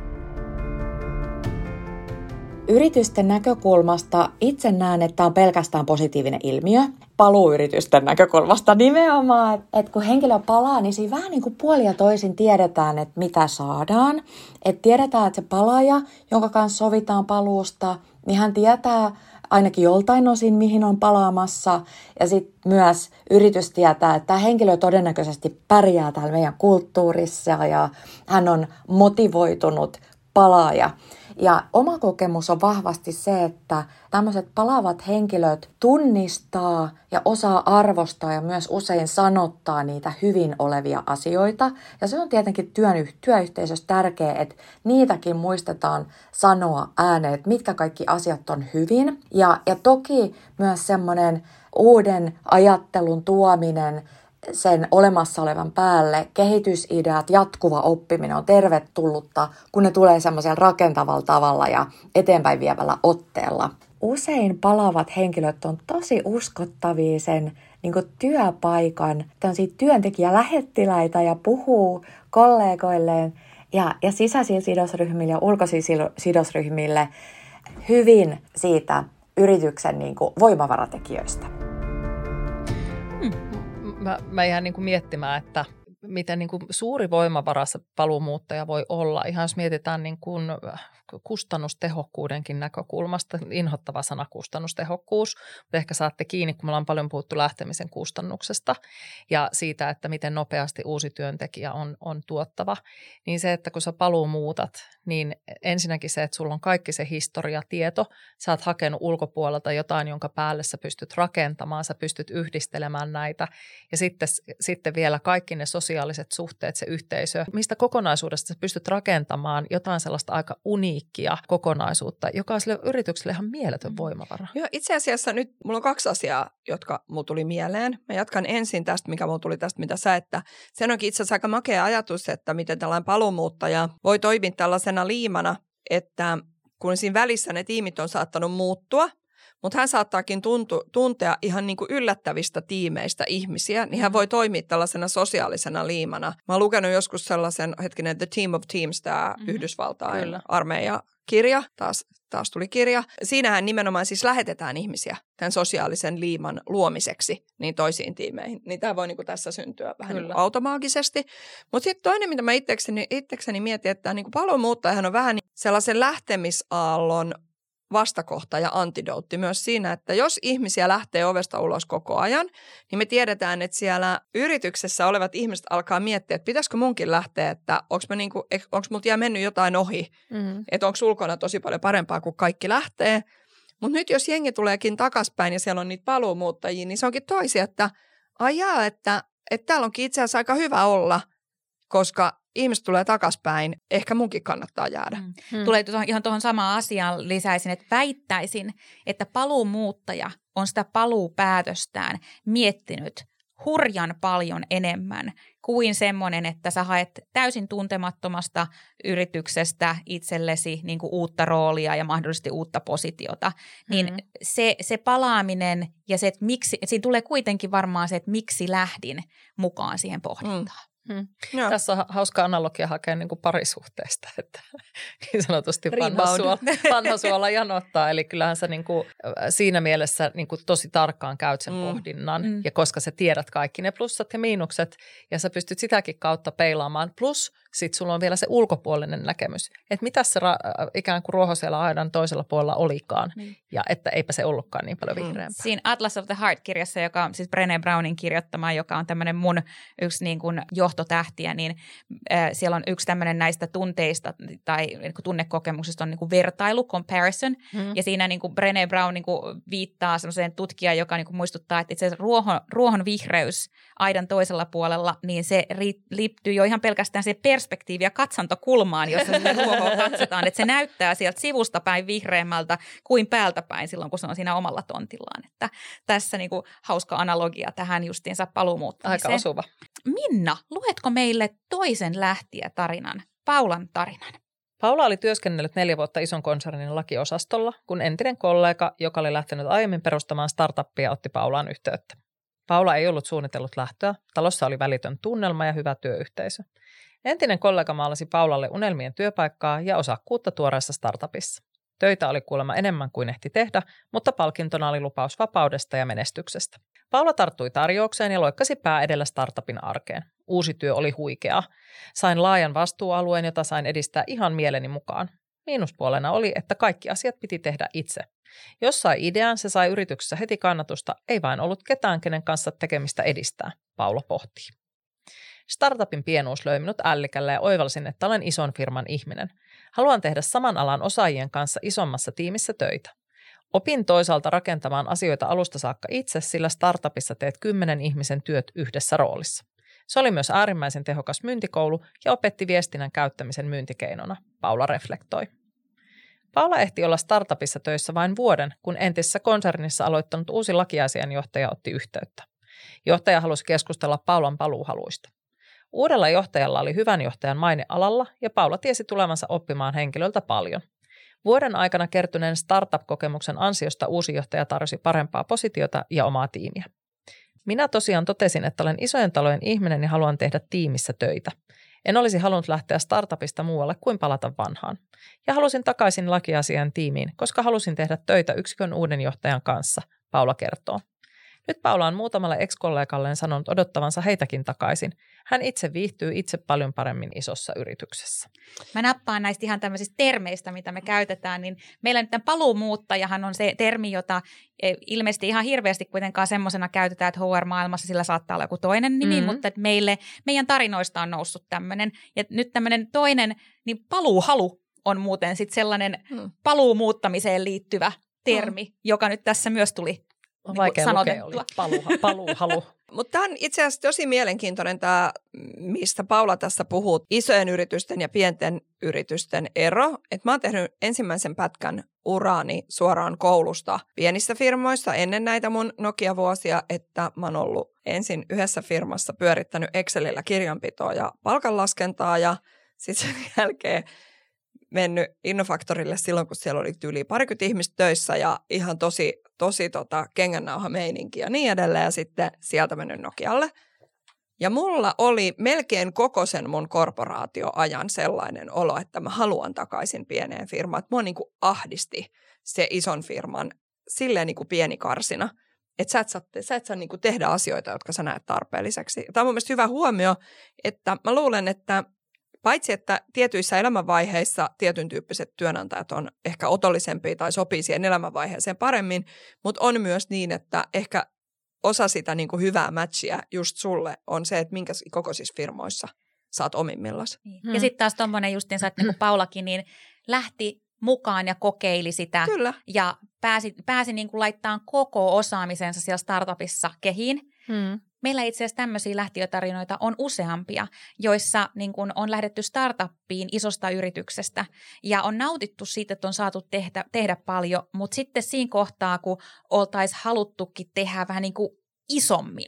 Yritysten näkökulmasta itse näen, että tämä on pelkästään positiivinen ilmiö. Paluuyritysten näkökulmasta nimenomaan, että kun henkilö palaa, niin siinä vähän niin kuin puolin ja toisin tiedetään, että mitä saadaan. Että tiedetään, että se palaaja, jonka kanssa sovitaan paluusta, niin hän tietää ainakin joltain osin, mihin on palaamassa. Ja sitten myös yritys tietää, että tämä henkilö todennäköisesti pärjää täällä meidän kulttuurissa ja hän on motivoitunut palaaja. Ja oma kokemus on vahvasti se, että tämmöiset palaavat henkilöt tunnistaa ja osaa arvostaa ja myös usein sanottaa niitä hyvin olevia asioita. Ja se on tietenkin työn, työyhteisössä tärkeää, että niitäkin muistetaan sanoa ääneen, että mitkä kaikki asiat on hyvin. Ja, ja toki myös semmoinen uuden ajattelun tuominen sen olemassa olevan päälle, kehitysideat, jatkuva oppiminen on tervetullutta, kun ne tulee semmoisella rakentavalla tavalla ja eteenpäin vievällä otteella. Usein palaavat henkilöt on tosi uskottavia sen niin kuin työpaikan, työntekijälähettiläitä ja puhuu kollegoilleen ja, ja sisäisille sidosryhmille ja ulkoisille sidosryhmille hyvin siitä yrityksen niin kuin voimavaratekijöistä. Mä, mä jään niin kuin miettimään, että miten niin kuin suuri voimavara se paluumuuttaja voi olla. Ihan jos mietitään niin kuin kustannustehokkuudenkin näkökulmasta, inhottava sana kustannustehokkuus, mutta ehkä saatte kiinni, kun me ollaan paljon puhuttu lähtemisen kustannuksesta ja siitä, että miten nopeasti uusi työntekijä on, on tuottava. Niin se, että kun sä paluumuutat, niin ensinnäkin se, että sulla on kaikki se historiatieto, sä oot hakenut ulkopuolelta jotain, jonka päälle sä pystyt rakentamaan, sä pystyt yhdistelemään näitä ja sitten, sitten vielä kaikki ne sosiaaliset suhteet, se yhteisö, mistä kokonaisuudesta sä pystyt rakentamaan jotain sellaista aika uniikkia kokonaisuutta, joka on sille yritykselle ihan mieletön voimavara. Joo, itse asiassa nyt mulla on kaksi asiaa, jotka mulla tuli mieleen. Mä jatkan ensin tästä, mikä mulla tuli tästä, mitä sä, että sen onkin itse asiassa aika makea ajatus, että miten tällainen paluumuuttaja voi toimia tällaisena liimana, että kun siinä välissä ne tiimit on saattanut muuttua, mutta hän saattaakin tuntu, tuntea ihan niin kuin yllättävistä tiimeistä ihmisiä, niin hän voi toimia tällaisena sosiaalisena liimana. Mä oon lukenut joskus sellaisen, hetkinen, The Team of Teams, tämä mm-hmm. Yhdysvaltain Kyllä. armeija kirja, taas, taas tuli kirja. Siinähän nimenomaan siis lähetetään ihmisiä tämän sosiaalisen liiman luomiseksi niin toisiin tiimeihin. Niin tämä voi niin kuin tässä syntyä vähän niin kuin automaagisesti. Mutta sitten toinen, mitä mä itsekseni, itsekseni mietin, että niin kuin paluumuuttajahan on vähän niin sellaisen lähtemisaallon vastakohta ja antidootti myös siinä, että jos ihmisiä lähtee ovesta ulos koko ajan, niin me tiedetään, että siellä yrityksessä olevat ihmiset alkaa miettiä, että pitäisikö munkin lähteä, että onko niinku, multa jää mennyt jotain ohi, mm-hmm. että onko ulkona tosi paljon parempaa, kuin kaikki lähtee. Mutta nyt jos jengi tuleekin takaspäin ja siellä on niitä paluumuuttajia, niin se onkin toisia, että ajaa, että, että täällä onkin itse asiassa aika hyvä olla, koska ihmiset tulee takaspäin, ehkä munkin kannattaa jäädä. Mm. Mm. Tulee tuohon, ihan tuohon samaan asiaan lisäisin, että väittäisin, että paluumuuttaja on sitä paluupäätöstään miettinyt hurjan paljon enemmän kuin semmoinen, että sä haet täysin tuntemattomasta yrityksestä itsellesi niin kuin uutta roolia ja mahdollisesti uutta positiota. Niin mm-hmm. se, se palaaminen ja se, että miksi, siinä tulee kuitenkin varmaan se, että miksi lähdin mukaan siihen pohdintaan. Mm. Hmm. Tässä on hauska analogia hakea niin kuin parisuhteesta, että niin sanotusti vanha suola, vanha suola janottaa. Eli kyllähän sä niin kuin, siinä mielessä niin kuin tosi tarkkaan käyt sen mm. pohdinnan. Mm. Ja koska sä tiedät kaikki ne plussat ja miinukset ja sä pystyt sitäkin kautta peilaamaan. Plus sit sulla on vielä se ulkopuolinen näkemys, että mitä se ra- ikään kuin ruoho siellä aidan toisella puolella olikaan. Mm. Ja että eipä se ollutkaan niin paljon vihreämpää. Mm. Siinä Atlas of the Heart-kirjassa, joka on siis Brené Brownin kirjoittama, joka on tämmöinen mun yksi niin kuin johtotähtiä, niin äh, siellä on yksi tämmöinen näistä tunteista tai niin kuin tunnekokemuksista on niin kuin vertailu, comparison. Mm. Ja siinä niin kuin Brené Brown niin kuin viittaa semmoiseen tutkijaan, joka niin kuin muistuttaa, että itse asiassa ruohon, ruohon vihreys aidan toisella puolella, niin se ri- liittyy jo ihan pelkästään siihen perspektiivi- ja katsantokulmaan, jossa sitä ruohoa katsotaan. Että se näyttää sieltä sivusta päin vihreämmältä kuin päältä päin silloin, kun se on siinä omalla tontillaan. Että tässä niin kuin hauska analogia tähän justiinsa paluumuuttamiseen. Aika osuva. Minna, luetko meille toisen lähtijätarinan, Paulan tarinan? Paula oli työskennellyt neljä vuotta ison konsernin lakiosastolla, kun entinen kollega, joka oli lähtenyt aiemmin perustamaan startuppia, otti Paulaan yhteyttä. Paula ei ollut suunnitellut lähtöä, talossa oli välitön tunnelma ja hyvä työyhteisö. Entinen kollega maalasi Paulalle unelmien työpaikkaa ja osakkuutta tuoreessa startupissa. Töitä oli kuulemma enemmän kuin ehti tehdä, mutta palkintona oli lupaus vapaudesta ja menestyksestä. Paula tarttui tarjoukseen ja loikkasi pää edellä startupin arkeen. Uusi työ oli huikeaa. Sain laajan vastuualueen, jota sain edistää ihan mieleni mukaan. Miinuspuolena oli, että kaikki asiat piti tehdä itse. Jos sai idean, se sai yrityksessä heti kannatusta, ei vain ollut ketään, kenen kanssa tekemistä edistää, Paula pohtii. Startupin pienuus löi minut ällikällä ja oivalsin, että olen ison firman ihminen. Haluan tehdä saman alan osaajien kanssa isommassa tiimissä töitä. Opin toisaalta rakentamaan asioita alusta saakka itse, sillä startupissa teet kymmenen ihmisen työt yhdessä roolissa. Se oli myös äärimmäisen tehokas myyntikoulu ja opetti viestinnän käyttämisen myyntikeinona, Paula reflektoi. Paula ehti olla startupissa töissä vain vuoden, kun entisessä konsernissa aloittanut uusi lakiasianjohtaja otti yhteyttä. Johtaja halusi keskustella Paulan paluuhaluista. Uudella johtajalla oli hyvän johtajan maine alalla ja Paula tiesi tulevansa oppimaan henkilöltä paljon. Vuoden aikana kertyneen startup-kokemuksen ansiosta uusi johtaja tarjosi parempaa positiota ja omaa tiimiä. Minä tosiaan totesin, että olen isojen talojen ihminen ja haluan tehdä tiimissä töitä. En olisi halunnut lähteä startupista muualle kuin palata vanhaan. Ja halusin takaisin lakiasian tiimiin, koska halusin tehdä töitä yksikön uuden johtajan kanssa, Paula kertoo. Nyt Paula on muutamalle ex-kollegalleen sanonut odottavansa heitäkin takaisin. Hän itse viihtyy itse paljon paremmin isossa yrityksessä. Mä nappaan näistä ihan tämmöisistä termeistä, mitä me käytetään, niin meillä nyt tämän paluumuuttajahan on se termi, jota ilmeisesti ihan hirveästi kuitenkaan semmoisena käytetään, että H R-maailmassa sillä saattaa olla joku toinen nimi, mm-hmm. mutta että meille, meidän tarinoista on noussut tämmöinen. Ja nyt tämmöinen toinen, niin paluuhalu on muuten sitten sellainen mm. paluumuuttamiseen liittyvä termi, mm. joka nyt tässä myös tuli vaikea lukea oli. Paluuhalu. Paluuhalu. Mutta tämä on itse asiassa tosi mielenkiintoinen tämä, mistä Paula tässä puhuu, isojen yritysten ja pienten yritysten ero. Et mä oon tehnyt ensimmäisen pätkän uraani suoraan koulusta pienissä firmoissa ennen näitä mun Nokia-vuosia, että mä oon ollut ensin yhdessä firmassa pyörittänyt Excelillä kirjanpitoa ja palkanlaskentaa ja sitten sen jälkeen mennyt Innofactorille silloin, kun siellä oli yli parikymmentä ihmistä töissä ja ihan tosi, tosi tota, kengännauha meininki ja niin edelleen. Ja sitten sieltä mennyt Nokialle. Ja mulla oli melkein koko sen mun korporaatioajan sellainen olo, että mä haluan takaisin pieneen firmaan. Että mua niin kuin ahdisti se ison firman silleen niin kuin pieni karsina. Että sä et saa, sä et saa niin kuin tehdä asioita, jotka sä näet tarpeelliseksi. Tämä on mun mielestä hyvä huomio, että mä luulen, että paitsi, että tietyissä elämänvaiheissa tietyn tyyppiset työnantajat on ehkä otollisempia tai sopii siihen elämänvaiheeseen paremmin, mutta on myös niin, että ehkä osa sitä niin kuin hyvää matchia just sulle on se, että minkä kokoisissa firmoissa sä oot omimmillas. Hmm. Ja sitten taas tommoinen justiinsa, että niin kuin Paulakin niin lähti mukaan ja kokeili sitä. Kyllä. Ja pääsi, pääsi niin kuin laittamaan koko osaamisensa siellä startupissa kehiin. Hmm. Meillä itse asiassa tämmöisiä lähtiötarinoita on useampia, joissa niin kun on lähdetty startuppiin isosta yrityksestä ja on nautittu siitä, että on saatu tehdä, tehdä paljon, mutta sitten siinä kohtaa, kun oltaisiin haluttukin tehdä vähän niin kuin isommin,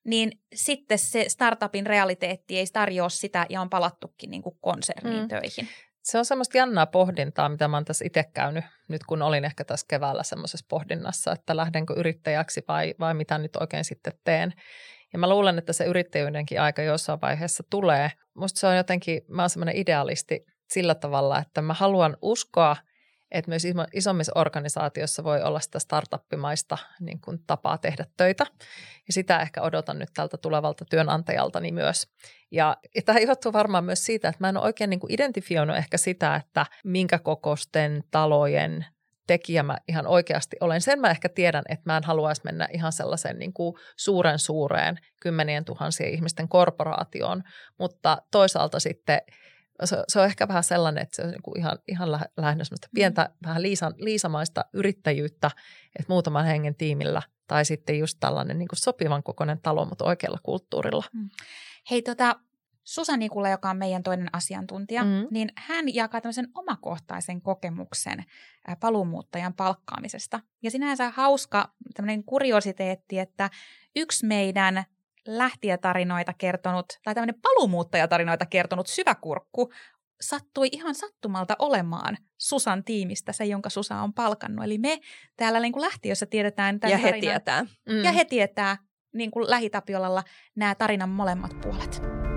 niin sitten se startupin realiteetti ei tarjoa sitä ja on palattukin niin kuin konserniin mm. töihin. Se on semmoista jännää pohdintaa, mitä mä oon tässä itse käynyt nyt, kun olin ehkä tässä keväällä semmoisessa pohdinnassa, että lähdenkö yrittäjäksi vai, vai mitä nyt oikein sitten teen. Ja mä luulen, että se yrittäjyydenkin aika jossain vaiheessa tulee. Musta se on jotenkin, mä oon semmoinen idealisti sillä tavalla, että mä haluan uskoa, että myös isommissa organisaatioissa voi olla sitä startuppimaista niin kuin tapaa tehdä töitä. Ja sitä ehkä odotan nyt tältä tulevalta työnantajaltani myös. Ja, ja tämä johtuu varmaan myös siitä, että mä en ole oikein niin kuin identifioinut ehkä sitä, että minkä kokoisten talojen tekijä mä ihan oikeasti olen. Sen mä ehkä tiedän, että mä en haluaisi mennä ihan sellaisen niin kuin suuren suureen kymmenien tuhansien ihmisten korporaatioon, mutta toisaalta sitten se on ehkä vähän sellainen, että se on niin ihan, ihan lähinnä semmoista pientä, mm. vähän liisan, liisamaista yrittäjyyttä, että muutaman hengen tiimillä tai sitten just tällainen niin kuin sopivan kokoinen talo, mutta oikealla kulttuurilla. Mm. Hei tota, Susa Nikula, joka on meidän toinen asiantuntija, mm. niin hän jakaa tämmöisen omakohtaisen kokemuksen paluumuuttajan palkkaamisesta. Ja sinänsä hauska tämmöinen kuriositeetti, että yksi meidän lähtijätarinoita kertonut, tai tämmöinen paluumuuttajatarinoita kertonut syväkurkku sattui ihan sattumalta olemaan Susan tiimistä, se jonka Susa on palkannut. Eli me täällä niin kuin lähtiössä tiedetään tämän ja he tarinan, tietää. Mm. Ja he tietää niin kuin Lähitapiolalla nämä tarinan molemmat puolet.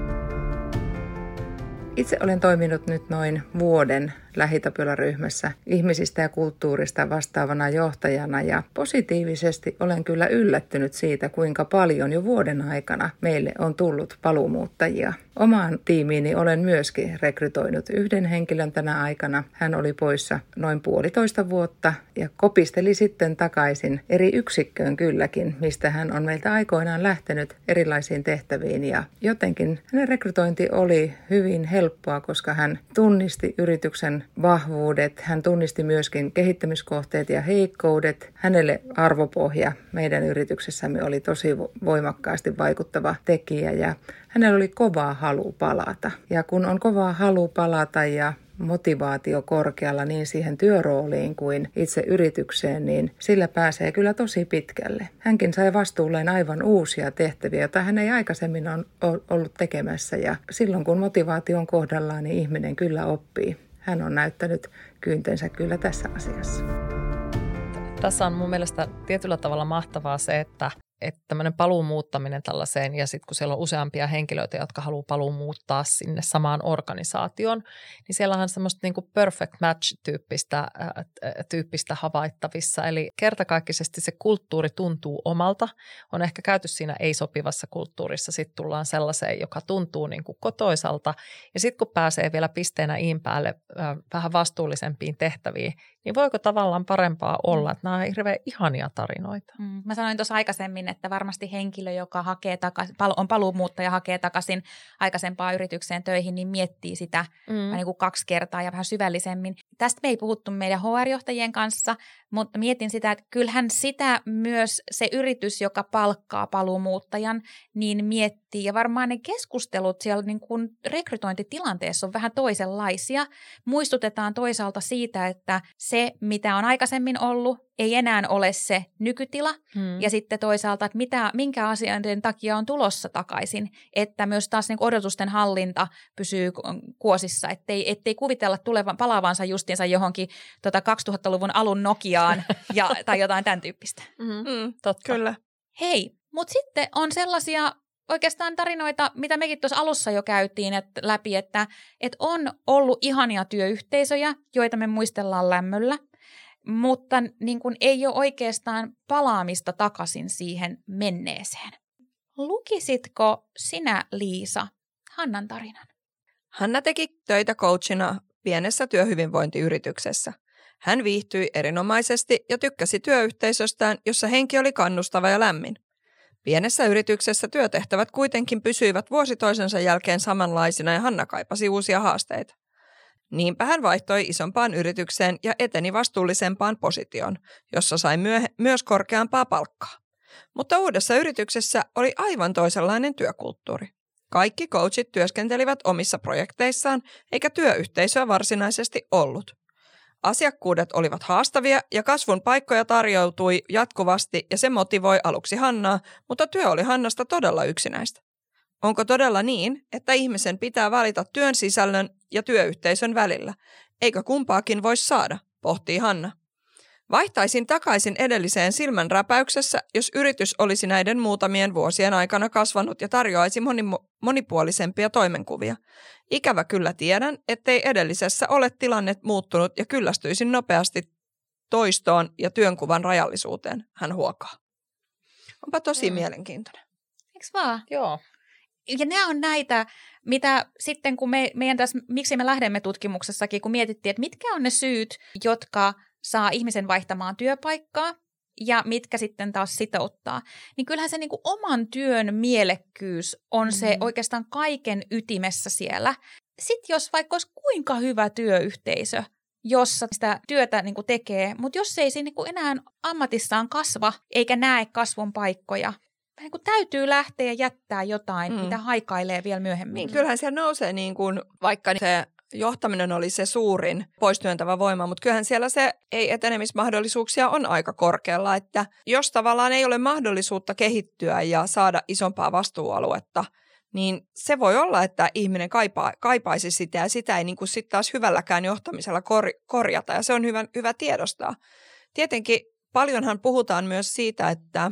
Itse olen toiminut nyt noin vuoden Lähitapiola-ryhmässä ihmisistä ja kulttuurista vastaavana johtajana ja positiivisesti olen kyllä yllättynyt siitä, kuinka paljon jo vuoden aikana meille on tullut paluumuuttajia. Omaan tiimiini olen myöskin rekrytoinut yhden henkilön tänä aikana. Hän oli poissa noin puolitoista vuotta ja kopisteli sitten takaisin eri yksikköön kylläkin, mistä hän on meiltä aikoinaan lähtenyt erilaisiin tehtäviin. Ja jotenkin hänen rekrytointi oli hyvin helppoa, koska hän tunnisti yrityksen vahvuudet, hän tunnisti myöskin kehittämiskohteet ja heikkoudet. Hänelle arvopohja meidän yrityksessämme oli tosi voimakkaasti vaikuttava tekijä ja hänellä oli kovaa halu palata. Ja kun on kovaa halu palata ja motivaatio korkealla niin siihen työrooliin kuin itse yritykseen, niin sillä pääsee kyllä tosi pitkälle. Hänkin sai vastuulleen aivan uusia tehtäviä, joita hän ei aikaisemmin ole ollut tekemässä. Ja silloin kun motivaatio on kohdallaan, niin ihminen kyllä oppii. Hän on näyttänyt kyyntensä kyllä tässä asiassa. Tässä on mun mielestä tietyllä tavalla mahtavaa se, että että tämmöinen paluumuuttaminen tällaiseen ja sitten kun siellä on useampia henkilöitä, jotka haluaa paluumuuttaa sinne samaan organisaatioon, niin siellä on semmoista niin kuin perfect match-tyyppistä ää, tyyppistä havaittavissa. Eli kertakaikkisesti se kulttuuri tuntuu omalta. On ehkä käyty siinä ei-sopivassa kulttuurissa, sitten tullaan sellaiseen, joka tuntuu niin kuin kotoisalta. Ja sitten kun pääsee vielä pisteenä iin päälle ää, vähän vastuullisempiin tehtäviin, niin voiko tavallaan parempaa olla, että nämä on hirveän ihania tarinoita. Mm, mä sanoin tuossa aikaisemmin, että varmasti henkilö, joka hakee takaisin, on paluumuuttaja hakee takaisin aikaisempaan yritykseen töihin, niin miettii sitä mm. niin kuin kaksi kertaa ja vähän syvällisemmin. Tästä me ei puhuttu meidän H R-johtajien kanssa, mutta mietin sitä, että kyllähän sitä myös se yritys, joka palkkaa paluumuuttajan, niin miettii. Ja varmaan ne keskustelut siellä niin kuin rekrytointitilanteessa on vähän toisenlaisia. Muistutetaan toisaalta siitä, että se, mitä on aikaisemmin ollut, ei enää ole se nykytila. Hmm. Ja sitten toisaalta, että mitä, minkä asioiden takia on tulossa takaisin. Että myös taas niin kuin odotusten hallinta pysyy kuosissa, ettei, ettei kuvitella tulevan, palaavansa justiinsa johonkin tota kaksituhattaluvun alun Nokiaan ja, tai jotain tämän tyyppistä. Mm-hmm. Mm, totta. Kyllä. Hei, mutta sitten on sellaisia oikeastaan tarinoita, mitä mekin tuossa alussa jo käytiin että läpi, että, että on ollut ihania työyhteisöjä, joita me muistellaan lämmöllä, mutta niin kun ei ole oikeastaan palaamista takaisin siihen menneeseen. Lukisitko sinä, Liisa, Hannan tarinan? Hanna teki töitä coachina pienessä työhyvinvointiyrityksessä. Hän viihtyi erinomaisesti ja tykkäsi työyhteisöstään, jossa henki oli kannustava ja lämmin. Pienessä yrityksessä työtehtävät kuitenkin pysyivät vuosi toisensa jälkeen samanlaisina ja Hanna kaipasi uusia haasteita. Niinpä hän vaihtoi isompaan yritykseen ja eteni vastuullisempaan positioon, jossa sai myö- myös korkeampaa palkkaa. Mutta uudessa yrityksessä oli aivan toisenlainen työkulttuuri. Kaikki coachit työskentelivät omissa projekteissaan, eikä työyhteisöä varsinaisesti ollut. Asiakkuudet olivat haastavia ja kasvun paikkoja tarjoutui jatkuvasti ja se motivoi aluksi Hannaa, mutta työ oli Hannasta todella yksinäistä. Onko todella niin, että ihmisen pitää valita työn sisällön ja työyhteisön välillä? Eikö kumpaakin voisi saada, pohtii Hanna. Vaihtaisin takaisin edelliseen silmänräpäyksessä, jos yritys olisi näiden muutamien vuosien aikana kasvanut ja tarjoaisi monipuolisempia toimenkuvia. Ikävä kyllä tiedän, ettei edellisessä ole tilanne muuttunut ja kyllästyisin nopeasti toistoon ja työnkuvan rajallisuuteen, hän huokaa. Onpa tosi mm. mielenkiintoinen. Eikö vaan? Joo. Ja nämä on näitä, mitä sitten kun me, meidän tässä, miksi me lähdemme tutkimuksessakin, kun mietittiin, että mitkä on ne syyt, jotka saa ihmisen vaihtamaan työpaikkaa ja mitkä sitten taas sitouttaa, niin kyllähän se niin kuin oman työn mielekkyys on se mm-hmm. oikeastaan kaiken ytimessä siellä. Sitten jos vaikka olisi kuinka hyvä työyhteisö, jossa sitä työtä niin kuin tekee, mutta jos ei siinä niin kuin enää ammatissaan kasva eikä näe kasvun paikkoja, niin kuin täytyy lähteä ja jättää jotain, mm. mitä haikailee vielä myöhemmin. Niin, kyllähän siellä nousee, niin kuin, vaikka se johtaminen oli se suurin poistyöntävä voima, mutta kyllähän siellä se ei-etenemismahdollisuuksia on aika korkealla, että jos tavallaan ei ole mahdollisuutta kehittyä ja saada isompaa vastuualuetta, niin se voi olla, että ihminen kaipaa, kaipaisi sitä ja sitä ei niin kuin sitten taas hyvälläkään johtamisella kor, korjata ja se on hyvä, hyvä tiedostaa. Tietenkin paljonhan puhutaan myös siitä, että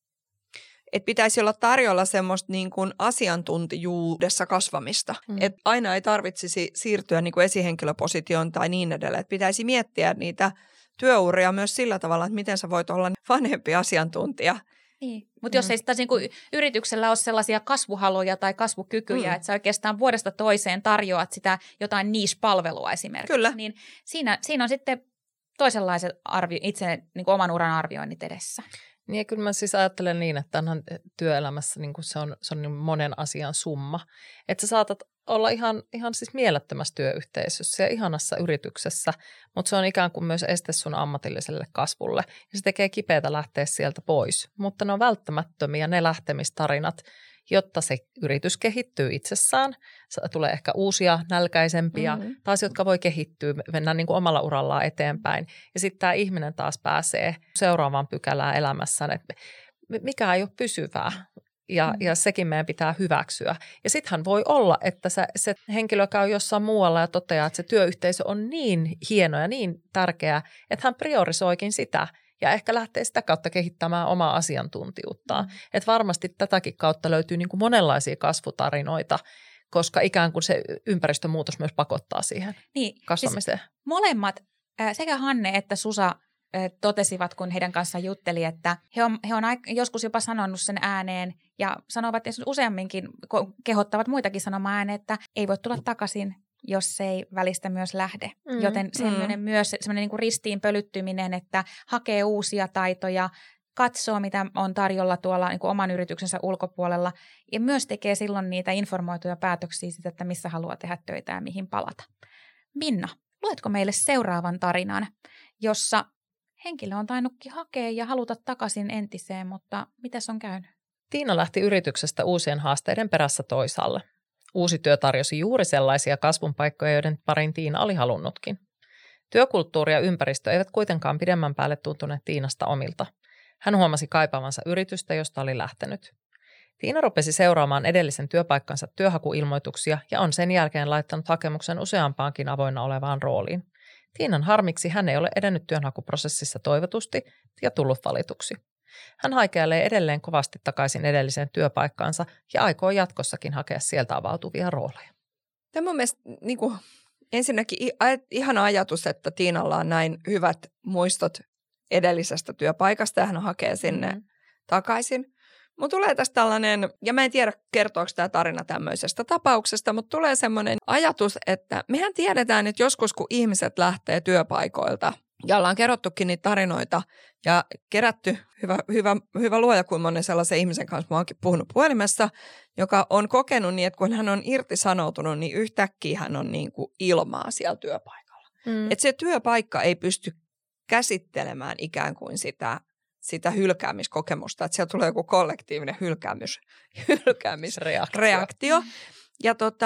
että pitäisi olla tarjolla semmoista niin kuin asiantuntijuudessa kasvamista. Mm. Että aina ei tarvitsisi siirtyä niin kuin esihenkilöpositioon tai niin edelleen. Että pitäisi miettiä niitä työuria myös sillä tavalla, että miten sä voit olla vanhempi asiantuntija. Niin. Mutta jos mm. ei sitä niin kuin yrityksellä ole sellaisia kasvuhaluja tai kasvukykyjä, mm. että sä oikeastaan vuodesta toiseen tarjoat sitä jotain niche-palvelua esimerkiksi, Kyllä. niin siinä, siinä on sitten toisenlaiset arvio, itse niin kuin oman uran arvioinnit edessä. Niin ja kyllä mä siis ajattelen niin, että onhan työelämässä niin kuin se on, se on niin monen asian summa. Että sä saatat olla ihan, ihan siis mielettömässä työyhteisössä ja ihanassa yrityksessä, mutta se on ikään kuin myös este sun ammatilliselle kasvulle. Ja se tekee kipeätä lähteä sieltä pois, mutta ne on välttämättömiä ne lähtemistarinat, jotta se yritys kehittyy itsessään. Tulee ehkä uusia nälkäisempiä, mm-hmm. taas jotka voi kehittyä, mennä niin kuin omalla urallaan eteenpäin. Ja sitten tämä ihminen taas pääsee seuraavaan pykälään elämässään, että mikä ei ole pysyvää. Ja, mm-hmm. ja sekin meidän pitää hyväksyä. Ja sittenhän voi olla, että se, se henkilö käy jossain muualla ja toteaa, että se työyhteisö on niin hieno ja niin tärkeä, että hän priorisoikin sitä. Ja ehkä lähtee sitä kautta kehittämään omaa asiantuntijuuttaan. Mm. Että varmasti tätäkin kautta löytyy niin kuin monenlaisia kasvutarinoita, koska ikään kuin se ympäristömuutos myös pakottaa siihen niin, kasvamiseen. Siis molemmat, sekä Hanne että Susa totesivat, kun heidän kanssaan jutteli, että he on, he on joskus jopa sanonut sen ääneen ja sanovat useamminkin, kehottavat muitakin sanomaan ääneen, että ei voi tulla takaisin, jos se ei välistä myös lähde. Mm, Joten semmoinen mm. myös semmoinen niin kuin ristiin pölyttyminen, että hakee uusia taitoja, katsoo mitä on tarjolla tuolla niin kuin oman yrityksensä ulkopuolella ja myös tekee silloin niitä informoituja päätöksiä siitä, että missä haluaa tehdä töitä ja mihin palata. Minna, luetko meille seuraavan tarinan, jossa henkilö on tainnutkin hakea ja haluta takaisin entiseen, mutta mitäs on käynyt? Tiina lähti yrityksestä uusien haasteiden perässä toisaalle. Uusi työ tarjosi juuri sellaisia kasvun paikkoja, joiden parin Tiina oli halunnutkin. Työkulttuuri ja ympäristö eivät kuitenkaan pidemmän päälle tuntuneet Tiinasta omilta. Hän huomasi kaipaavansa yritystä, josta oli lähtenyt. Tiina rupesi seuraamaan edellisen työpaikkansa työhakuilmoituksia ja on sen jälkeen laittanut hakemuksen useampaankin avoinna olevaan rooliin. Tiinan harmiksi hän ei ole edennyt työnhakuprosessissa toivotusti ja tullut valituksi. Hän haikeilee edelleen kovasti takaisin edelliseen työpaikkaansa ja aikoo jatkossakin hakea sieltä avautuvia rooleja. Tämä on mielestäni niin kuin, ensinnäkin ihana ajatus, että Tiinalla on näin hyvät muistot edellisestä työpaikasta ja hän hakee sinne mm-hmm. takaisin. Mutta tulee tästä tällainen, ja mä en tiedä kertooko tämä tarina tämmöisestä tapauksesta, mutta tulee semmoinen ajatus, että mehän tiedetään, että joskus kun ihmiset lähtee työpaikoilta, ja ollaan kerrottukin niitä tarinoita ja kerätty, hyvä, hyvä, hyvä luoja, kuin monen sellaisen ihmisen kanssa mä oonkin puhunut puhelimessa, joka on kokenut niin, että kun hän on irtisanoutunut, niin yhtäkkiä hän on niin kuin ilmaa siellä työpaikalla. Mm. Että se työpaikka ei pysty käsittelemään ikään kuin sitä, sitä hylkäämiskokemusta, että siellä tulee joku kollektiivinen hylkäämis, hylkäämisreaktio. Ja tota,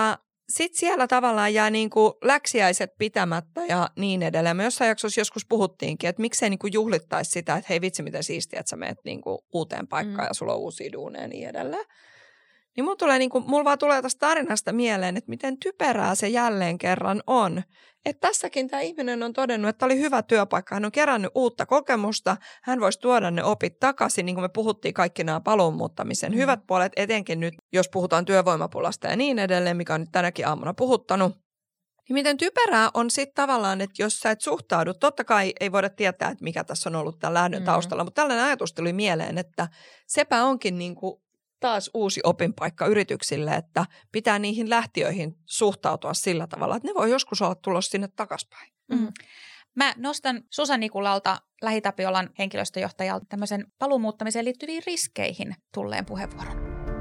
sitten siellä tavallaan jää niinku läksiäiset pitämättä ja niin edelleen. Me jossain jaksossa joskus puhuttiinkin, että miksei niinku juhlittaisi sitä, että hei vitsi miten siistiä, että sä menet niinku uuteen paikkaan mm. ja sulla on uusia duuneja ja niin edelleen. Niin mulla, tulee niinku, mulla vaan tulee tästä tarinasta mieleen, että miten typerää se jälleen kerran on. Että tässäkin tämä ihminen on todennut, että oli hyvä työpaikka. Hän on kerännyt uutta kokemusta. Hän voisi tuoda ne opit takaisin, niin kuin me puhuttiin kaikki nämä paluun muuttamisen mm. hyvät puolet. Etenkin nyt, jos puhutaan työvoimapulasta ja niin edelleen, mikä on nyt tänäkin aamuna puhuttanut. Niin miten typerää on sitten tavallaan, että jos sä et suhtaudu, totta kai ei voida tietää, että mikä tässä on ollut tämän lähdön mm. taustalla, mutta tällainen ajatus tuli mieleen, että sepä onkin niin kuin taas uusi opinpaikka yrityksille, että pitää niihin lähtiöihin suhtautua sillä tavalla, että ne voi joskus olla tulossa sinne takaspäin. Mm. Mä nostan Susa Nikulalta, LähiTapiolan henkilöstöjohtajalta, tämmöisen paluumuuttamiseen liittyviin riskeihin tulleen puheenvuoron.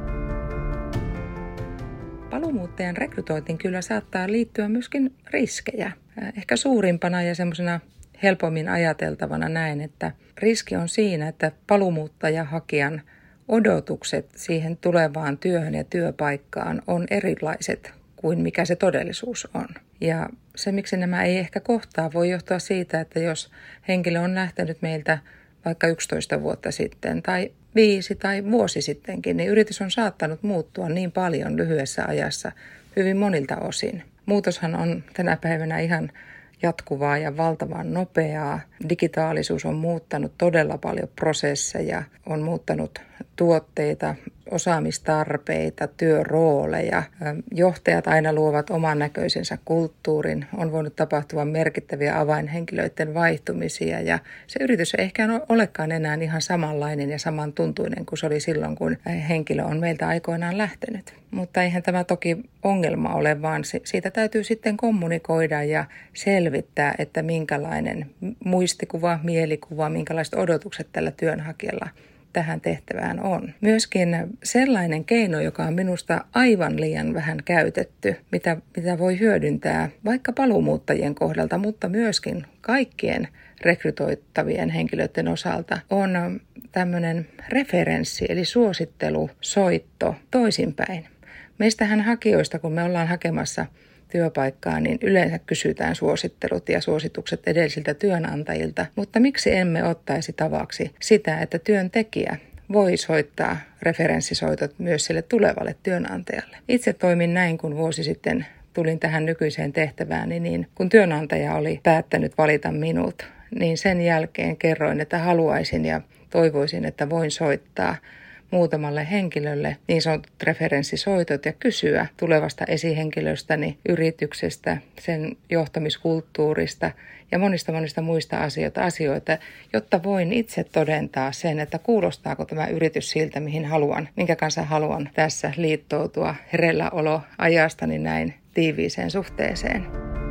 Paluumuuttajan rekrytointiin kyllä saattaa liittyä myöskin riskejä. Ehkä suurimpana ja semmoisena helpommin ajateltavana näin, että riski on siinä, että paluumuuttajahakijan odotukset siihen tulevaan työhön ja työpaikkaan on erilaiset kuin mikä se todellisuus on. Ja se, miksi nämä ei ehkä kohtaa, voi johtua siitä, että jos henkilö on lähtenyt meiltä vaikka yksitoista vuotta sitten tai viisi tai vuosi sittenkin, niin yritys on saattanut muuttua niin paljon lyhyessä ajassa hyvin monilta osin. Muutoshan on tänä päivänä ihan jatkuvaa ja valtavan nopeaa. Digitaalisuus on muuttanut todella paljon prosesseja, on muuttanut tuotteita, osaamistarpeita, työrooleja. Johtajat aina luovat oman näköisensä kulttuurin. On voinut tapahtua merkittäviä avainhenkilöiden vaihtumisia ja se yritys ei ehkä olekaan enää ihan samanlainen ja samantuntuinen kuin se oli silloin, kun henkilö on meiltä aikoinaan lähtenyt. Mutta eihän tämä toki ongelma ole, vaan siitä täytyy sitten kommunikoida ja selvittää, että minkälainen muistikuva, mielikuva, minkälaiset odotukset tällä työnhakijalla tähän tehtävään on. Myöskin sellainen keino, joka on minusta aivan liian vähän käytetty, mitä, mitä voi hyödyntää vaikka paluumuuttajien kohdalta, mutta myöskin kaikkien rekrytoittavien henkilöiden osalta, on tämmöinen referenssi, eli suosittelu, soitto toisinpäin. Meistähän hakijoista, kun me ollaan hakemassa työpaikkaa, niin yleensä kysytään suosittelut ja suositukset edellisiltä työnantajilta, mutta miksi emme ottaisi tavaksi sitä, että työntekijä voi soittaa referenssisoitot myös sille tulevalle työnantajalle. Itse toimin näin, kun vuosi sitten tulin tähän nykyiseen tehtävään, niin kun työnantaja oli päättänyt valita minut, niin sen jälkeen kerroin, että haluaisin ja toivoisin, että voin soittaa muutamalle henkilölle niin sanotut referenssisoitot ja kysyä tulevasta esihenkilöstäni, yrityksestä, sen johtamiskulttuurista ja monista monista muista asioita, asioita, jotta voin itse todentaa sen, että kuulostaako tämä yritys siltä, mihin haluan, minkä kanssa haluan tässä liittoutua herelläolo ajastani näin tiiviiseen suhteeseen.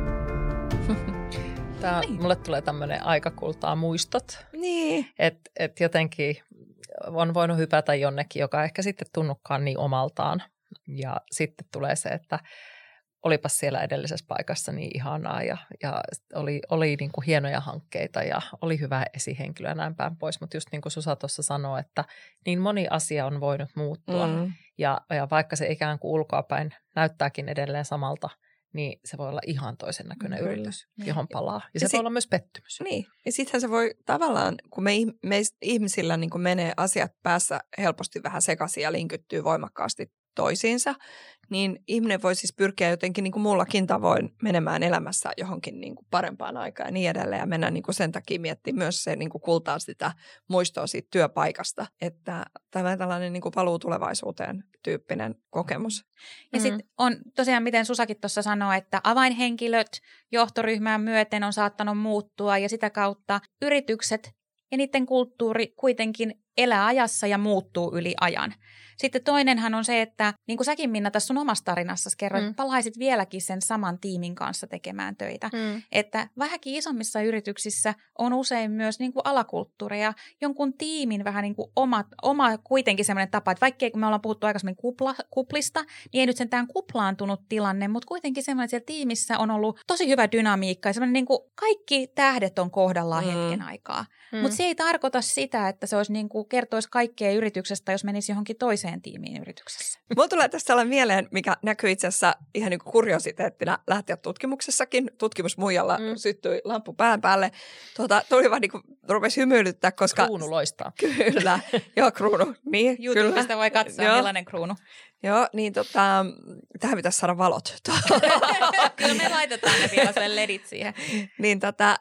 Tämä, niin. Mulle tulee tämmöinen aikakultaa muistot, niin. että et jotenkin on voinut hypätä jonnekin, joka ehkä sitten tunnukaan niin omaltaan. Ja sitten tulee se, että olipas siellä edellisessä paikassa niin ihanaa ja, ja oli, oli niin kuin hienoja hankkeita ja oli hyvä esihenkilö ja näin päin pois. Mutta just niin kuin Susa tuossa sanoi, että niin moni asia on voinut muuttua. Mm. Ja, ja vaikka se ikään kuin ulkoapäin näyttääkin edelleen samalta, niin se voi olla ihan toisen näköinen Kyllä. yritys, johon palaa. Ja, ja se sit, voi olla myös pettymys. Niin, ja sittenhän se voi tavallaan, kun me, me ihmisillä niin kuin menee asiat päässä helposti vähän sekaisin ja linkyttyy voimakkaasti toisiinsa, niin ihminen voi siis pyrkiä jotenkin niin kuin mullakin tavoin menemään elämässä johonkin niin kuin parempaan aikaan ja niin edelleen. Ja mennä niin kuin sen takia miettimään myös se niin kuin kultaa sitä muistoa siitä työpaikasta, että tämä tällainen niin kuin paluu tulevaisuuteen tyyppinen kokemus. Ja mm. sitten on tosiaan, miten Susakin tuossa sanoo, että avainhenkilöt johtoryhmään myöten on saattanut muuttua ja sitä kautta yritykset ja niiden kulttuuri kuitenkin elää ajassa ja muuttuu yli ajan. Sitten toinenhan on se, että niin kuin säkin Minna tässä sun omassa tarinassasi kerroit, mm. palaisit vieläkin sen saman tiimin kanssa tekemään töitä. Mm. Että vähänkin isommissa yrityksissä on usein myös niin kuin alakulttuureja, jonkun tiimin vähän niin kuin oma, oma kuitenkin sellainen tapa, että vaikkei kun me ollaan puhuttu aikaisemmin kupla, kuplista, niin ei nyt sentään kuplaantunut tilanne, mutta kuitenkin sellainen, että siellä tiimissä on ollut tosi hyvä dynamiikka ja sellainen niin kuin kaikki tähdet on kohdallaan mm. hetken aikaa. Mm. Mutta se ei tarkoita sitä, että se olisi niin kuin kertoisi kaikkea yrityksestä, jos menisi johonkin toiseen yhteen tiimiin yrityksessä. Mulla tulee tästä sellainen mieleen, mikä näkyy itse asiassa ihan niin kuin kuriositeettina lähtijätutkimuksessakin. Tutkimusmuijalla mm. syttyi lamppu pään päälle. Tuota, tuli vaan niin kuin, rupesi hymyilyttää, koska... Kruunu loistaa. Kyllä, joo kruunu. Niin, YouTubesta voi katsoa, joo. Millainen kruunu. Joo, niin tota, tähän pitäisi saada valot. Kyllä me laitetaan ne vielä sen ledit siihen. Niin tota,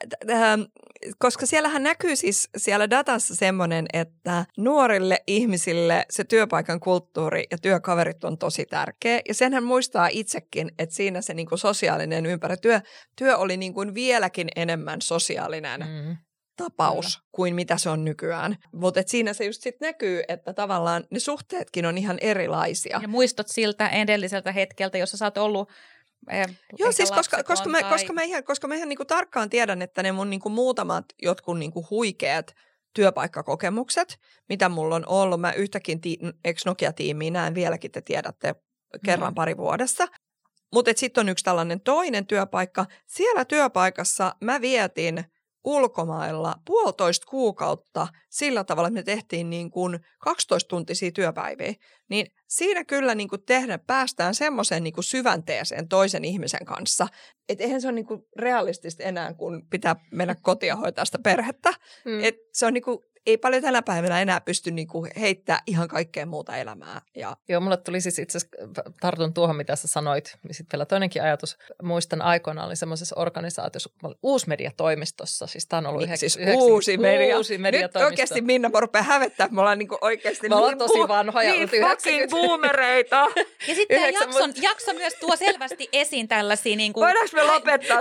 koska siellähän näkyy siis siellä datassa semmoinen, että nuorille ihmisille se työpaikan kulttuuri ja työkaverit on tosi tärkeä. Ja senhän muistaa itsekin, että siinä se niinku sosiaalinen ympäri työ, työ oli niinku vieläkin enemmän sosiaalinen mm. tapaus Kyllä. kuin mitä se on nykyään. Mutta siinä se just sitten näkyy, että tavallaan ne suhteetkin on ihan erilaisia. Ja muistot siltä edelliseltä hetkeltä, jossa sä oot ollut Eh, Joo, siis koska, koska, mä, tai... koska mä ihan, koska mä ihan niinku tarkkaan tiedän, että ne mun niinku muutamat jotkut niinku huikeat työpaikkakokemukset, mitä mulla on ollut, mä yhtäkin ti- ex-Nokia-tiimiä näen vieläkin, te tiedätte, kerran mm. pari vuodessa. Mutta sitten on yksi tällainen toinen työpaikka. Siellä työpaikassa mä vietin ulkomailla puolitoista kuukautta sillä tavalla, että me tehtiin niin kuin kaksitoista-tuntisia työpäiviä, niin siinä kyllä niin kuin tehdä, päästään semmoiseen niin kuin syvänteeseen toisen ihmisen kanssa, että eihän se ole niin kuin realistista enää, kun pitää mennä kotiin ja hoitaa sitä perhettä. Mm. Et se on niin kuin, ei paljon tänä päivänä enää pysty niin kuin heittämään ihan kaikkea muuta elämää. Ja... Joo, mulle tuli siis itse asiassa, tartun tuohon, mitä sä sanoit, ja sitten vielä toinenkin ajatus. Muistan aikoinaan, oli semmoisessa organisaatiossa, Uusmedia-toimistossa, siis tämä on ollut niin, siis yhdeksän, uusi media. Uusi mediatoimisto. Nyt oikeasti Minna, mä rupean hävettää, me ollaan niinku oikeasti me ollaan tosi vanhoja. Niin fucking boomereita. Ja sitten tämä jakso, jakso myös tuo selvästi esiin tällaisia niin kuin... Voidaanko me lopettaa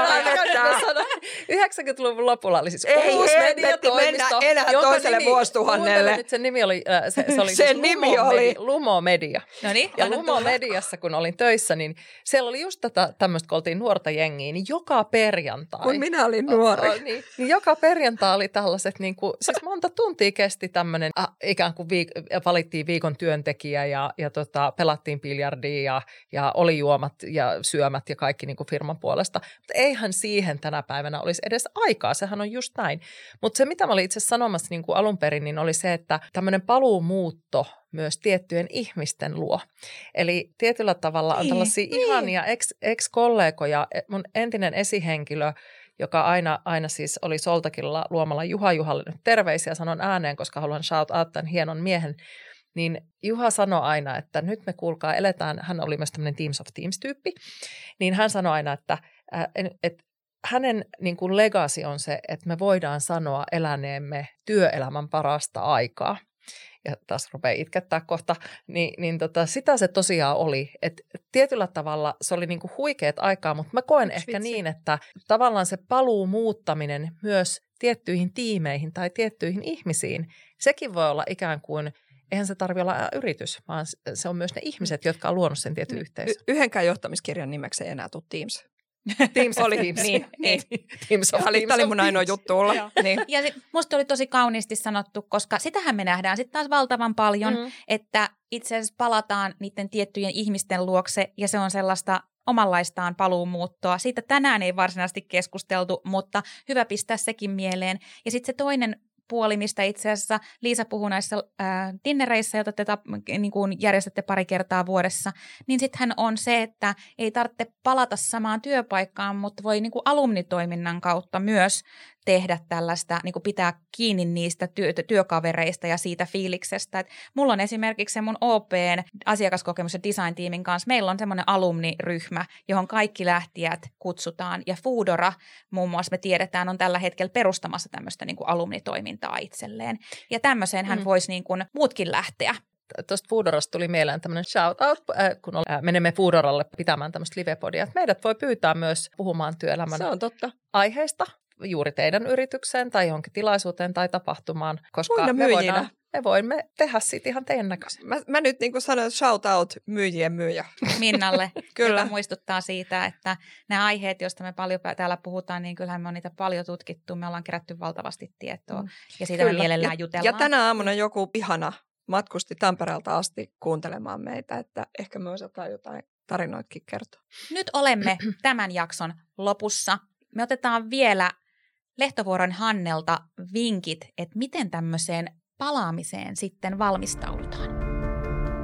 tämä? yhdeksänkymmentäluvun lopulla oli siis ei, uusi mediatoimisto. Ei enää toiselle nimi, vuosituhannelle. Nyt sen nimi oli, äh, se, se oli sen siis nimi Lumo, oli... Media, Lumo Media. Noniin, ja Lumo Mediassa, kun olin töissä, niin siellä oli just tätä tämmöistä, kun oltiin nuorta jengiä, niin joka perjantai. Kun minä olin nuori. O, o, niin, niin joka perjantai oli tällaiset, niin kuin, siis monta tuntia kesti tämmöinen, äh, ikään kuin viik- valittiin viikon työntekijä ja, ja tota, pelattiin biljardia ja, ja oli juomat ja syömät ja kaikki niin kuin firman puolesta. Mutta eihän siihen tänä päivänä olisi edes aikaa, sehän on just näin. Mutta se, mitä mä olin itse sanomassa niin kuin alun perin, niin oli se, että tämmöinen paluumuutto myös tiettyjen ihmisten luo. Eli tietyllä tavalla on tällaisia niin, ihania niin. ex, ex-kollegoja. Mun entinen esihenkilö, joka aina, aina siis oli Soltakilla luomalla Juha Juhalle nyt terveisiä, sanon ääneen, koska haluan shout out tämän hienon miehen, niin Juha sanoi aina, että nyt me kuulkaa eletään, hän oli myös tämmöinen Teams of Teams-tyyppi, niin hän sanoi aina, että, että hänen niin kuin legacy on se, että me voidaan sanoa eläneemme työelämän parasta aikaa. Ja taas rupeaa itkettää kohta, niin, niin tota, sitä se tosiaan oli. Että tietyllä tavalla se oli niinku huikeat aikaa, mutta mä koen Yksi ehkä vitsi. niin, että tavallaan se paluu muuttaminen myös tiettyihin tiimeihin tai tiettyihin ihmisiin, sekin voi olla ikään kuin, eihän se tarvitse olla yritys, vaan se on myös ne ihmiset, jotka on luonut sen tietyn yhteisön. Y- yhdenkään johtamiskirjan nimeksi ei enää tule Teams. Teams oli Teams. Niin, niin. Teams of Teams. Tämä oli mun ainoa juttu olla. Niin. Ja sit, musta oli tosi kauniisti sanottu, koska sitähän me nähdään sitten taas valtavan paljon, mm. että itse asiassa palataan niiden tiettyjen ihmisten luokse ja se on sellaista omanlaistaan paluumuuttoa. Siitä tänään ei varsinaisesti keskusteltu, mutta hyvä pistää sekin mieleen. Ja sitten se toinen puoli, mistä itse asiassa Liisa puhuu näissä ää, dinnereissä, joita te ta, niin kuin järjestätte pari kertaa vuodessa, niin sittenhän on se, että ei tarvitse palata samaan työpaikkaan, mutta voi niin kuin alumnitoiminnan kautta myös tehdä tällaista, niin kuin pitää kiinni niistä työ, työkavereista ja siitä fiiliksestä. Et mulla on esimerkiksi se mun O P:n asiakaskokemus- ja design-tiimin kanssa, meillä on semmoinen alumniryhmä, johon kaikki lähtijät kutsutaan. Ja Foodora muun muassa me tiedetään on tällä hetkellä perustamassa tämmöistä niin kuin alumnitoimintaa itselleen. Ja tämmöiseenhän mm. voisi niin kuin muutkin lähteä. Tuosta Foodorasta tuli mieleen tämmöinen shout-out, kun menemme Foodoralle pitämään tämmöistä livepodia. Meidät voi pyytää myös puhumaan työelämän Se on totta. aiheista juuri teidän yritykseen tai johonkin tilaisuuteen tai tapahtumaan, koska Muina me, voidaan, me voimme tehdä siitä ihan teidän näköisen. Mä, mä nyt niin kuin sanoin, shout out myyjien myyjä. Minnalle. Kyllä. Joka muistuttaa siitä, että nämä aiheet, joista me paljon täällä puhutaan, niin kyllähän me on niitä paljon tutkittu. Me ollaan kerätty valtavasti tietoa mm. ja siitä Kyllä. me mielellään ja, jutellaan. Ja tänä aamuna joku ihana matkusti Tampereelta asti kuuntelemaan meitä, että ehkä me osataan jotain tarinoitkin kertoa. Nyt olemme tämän jakson lopussa. Me otetaan vielä Lehtovuoron Hannelta vinkit, että miten tämmöiseen palaamiseen sitten valmistaudutaan.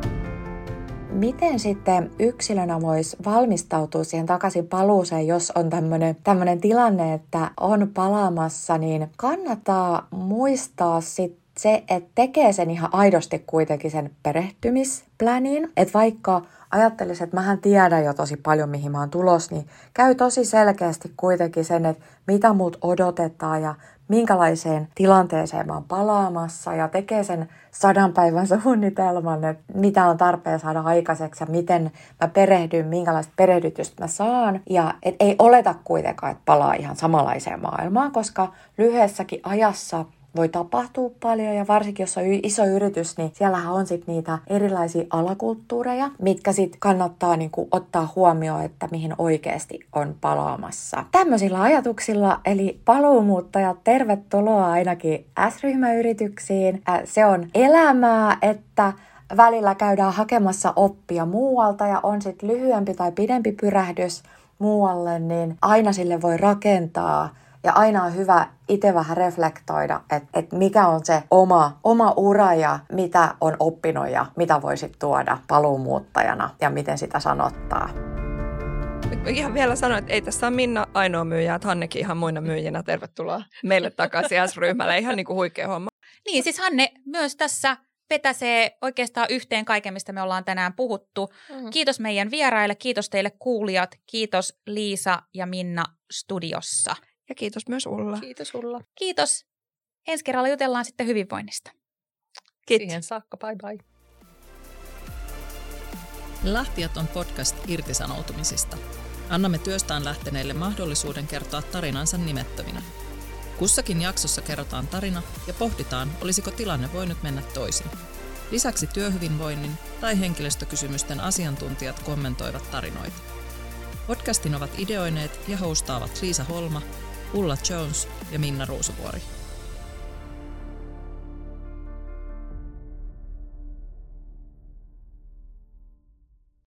miten sitten yksilönä voisi valmistautua siihen takaisin paluuseen, jos on tämmöinen tämmöinen tilanne, että on palaamassa, niin kannattaa muistaa sitten se, että tekee sen ihan aidosti kuitenkin sen perehtymisplänin. Että vaikka ajattelisin, että mähän tiedän jo tosi paljon, mihin mä oon tulos, niin käy tosi selkeästi kuitenkin sen, että mitä mut odotetaan ja minkälaiseen tilanteeseen mä oon palaamassa ja tekee sen sadan päivän suunnitelman, että mitä on tarpeen saada aikaiseksi ja miten mä perehdyn, minkälaista perehdytystä mä saan. Ja et ei oleta kuitenkaan, että palaa ihan samanlaiseen maailmaan, koska lyhyessäkin ajassa voi tapahtua paljon ja varsinkin jos on iso yritys, niin siellähän on sitten niitä erilaisia alakulttuureja, mitkä sitten kannattaa niinku ottaa huomioon, että mihin oikeasti on palaamassa. Tämmöisillä ajatuksilla, eli paluumuuttajat, tervetuloa ainakin S-ryhmäyrityksiin. Se on elämää, että välillä käydään hakemassa oppia muualta ja on sitten lyhyempi tai pidempi pyrähdys muualle, niin aina sille voi rakentaa. Ja aina on hyvä itse vähän reflektoida, että, että mikä on se oma, oma ura ja mitä on oppinut ja mitä voisit tuoda paluumuuttajana ja miten sitä sanottaa. Ihan vielä sanoin, että ei tässä ole Minna ainoa myyjä, että Hannekin ihan muina myyjinä. Tervetuloa meille takaisin S-ryhmälle. Ihan niin kuin huikea homma. Niin, siis Hanne myös tässä vetäsee oikeastaan yhteen kaiken, mistä me ollaan tänään puhuttu. Mm-hmm. Kiitos meidän vieraille, kiitos teille kuulijat, kiitos Liisa ja Minna studiossa. Ja kiitos myös Ulla. Kiitos Ulla. Kiitos. Ensi kerralla jutellaan sitten hyvinvoinnista. Kiitos. Siihen saakka, bye bye. Lähtijät on podcast irtisanoutumisista. Annamme työstään lähteneille mahdollisuuden kertoa tarinansa nimettöminä. Kussakin jaksossa kerrotaan tarina ja pohditaan, olisiko tilanne voinut mennä toisin. Lisäksi työhyvinvoinnin tai henkilöstökysymysten asiantuntijat kommentoivat tarinoita. Podcastin ovat ideoineet ja hostaavat Liisa Holma, Ulla Jones ja Minna Ruusuvuori.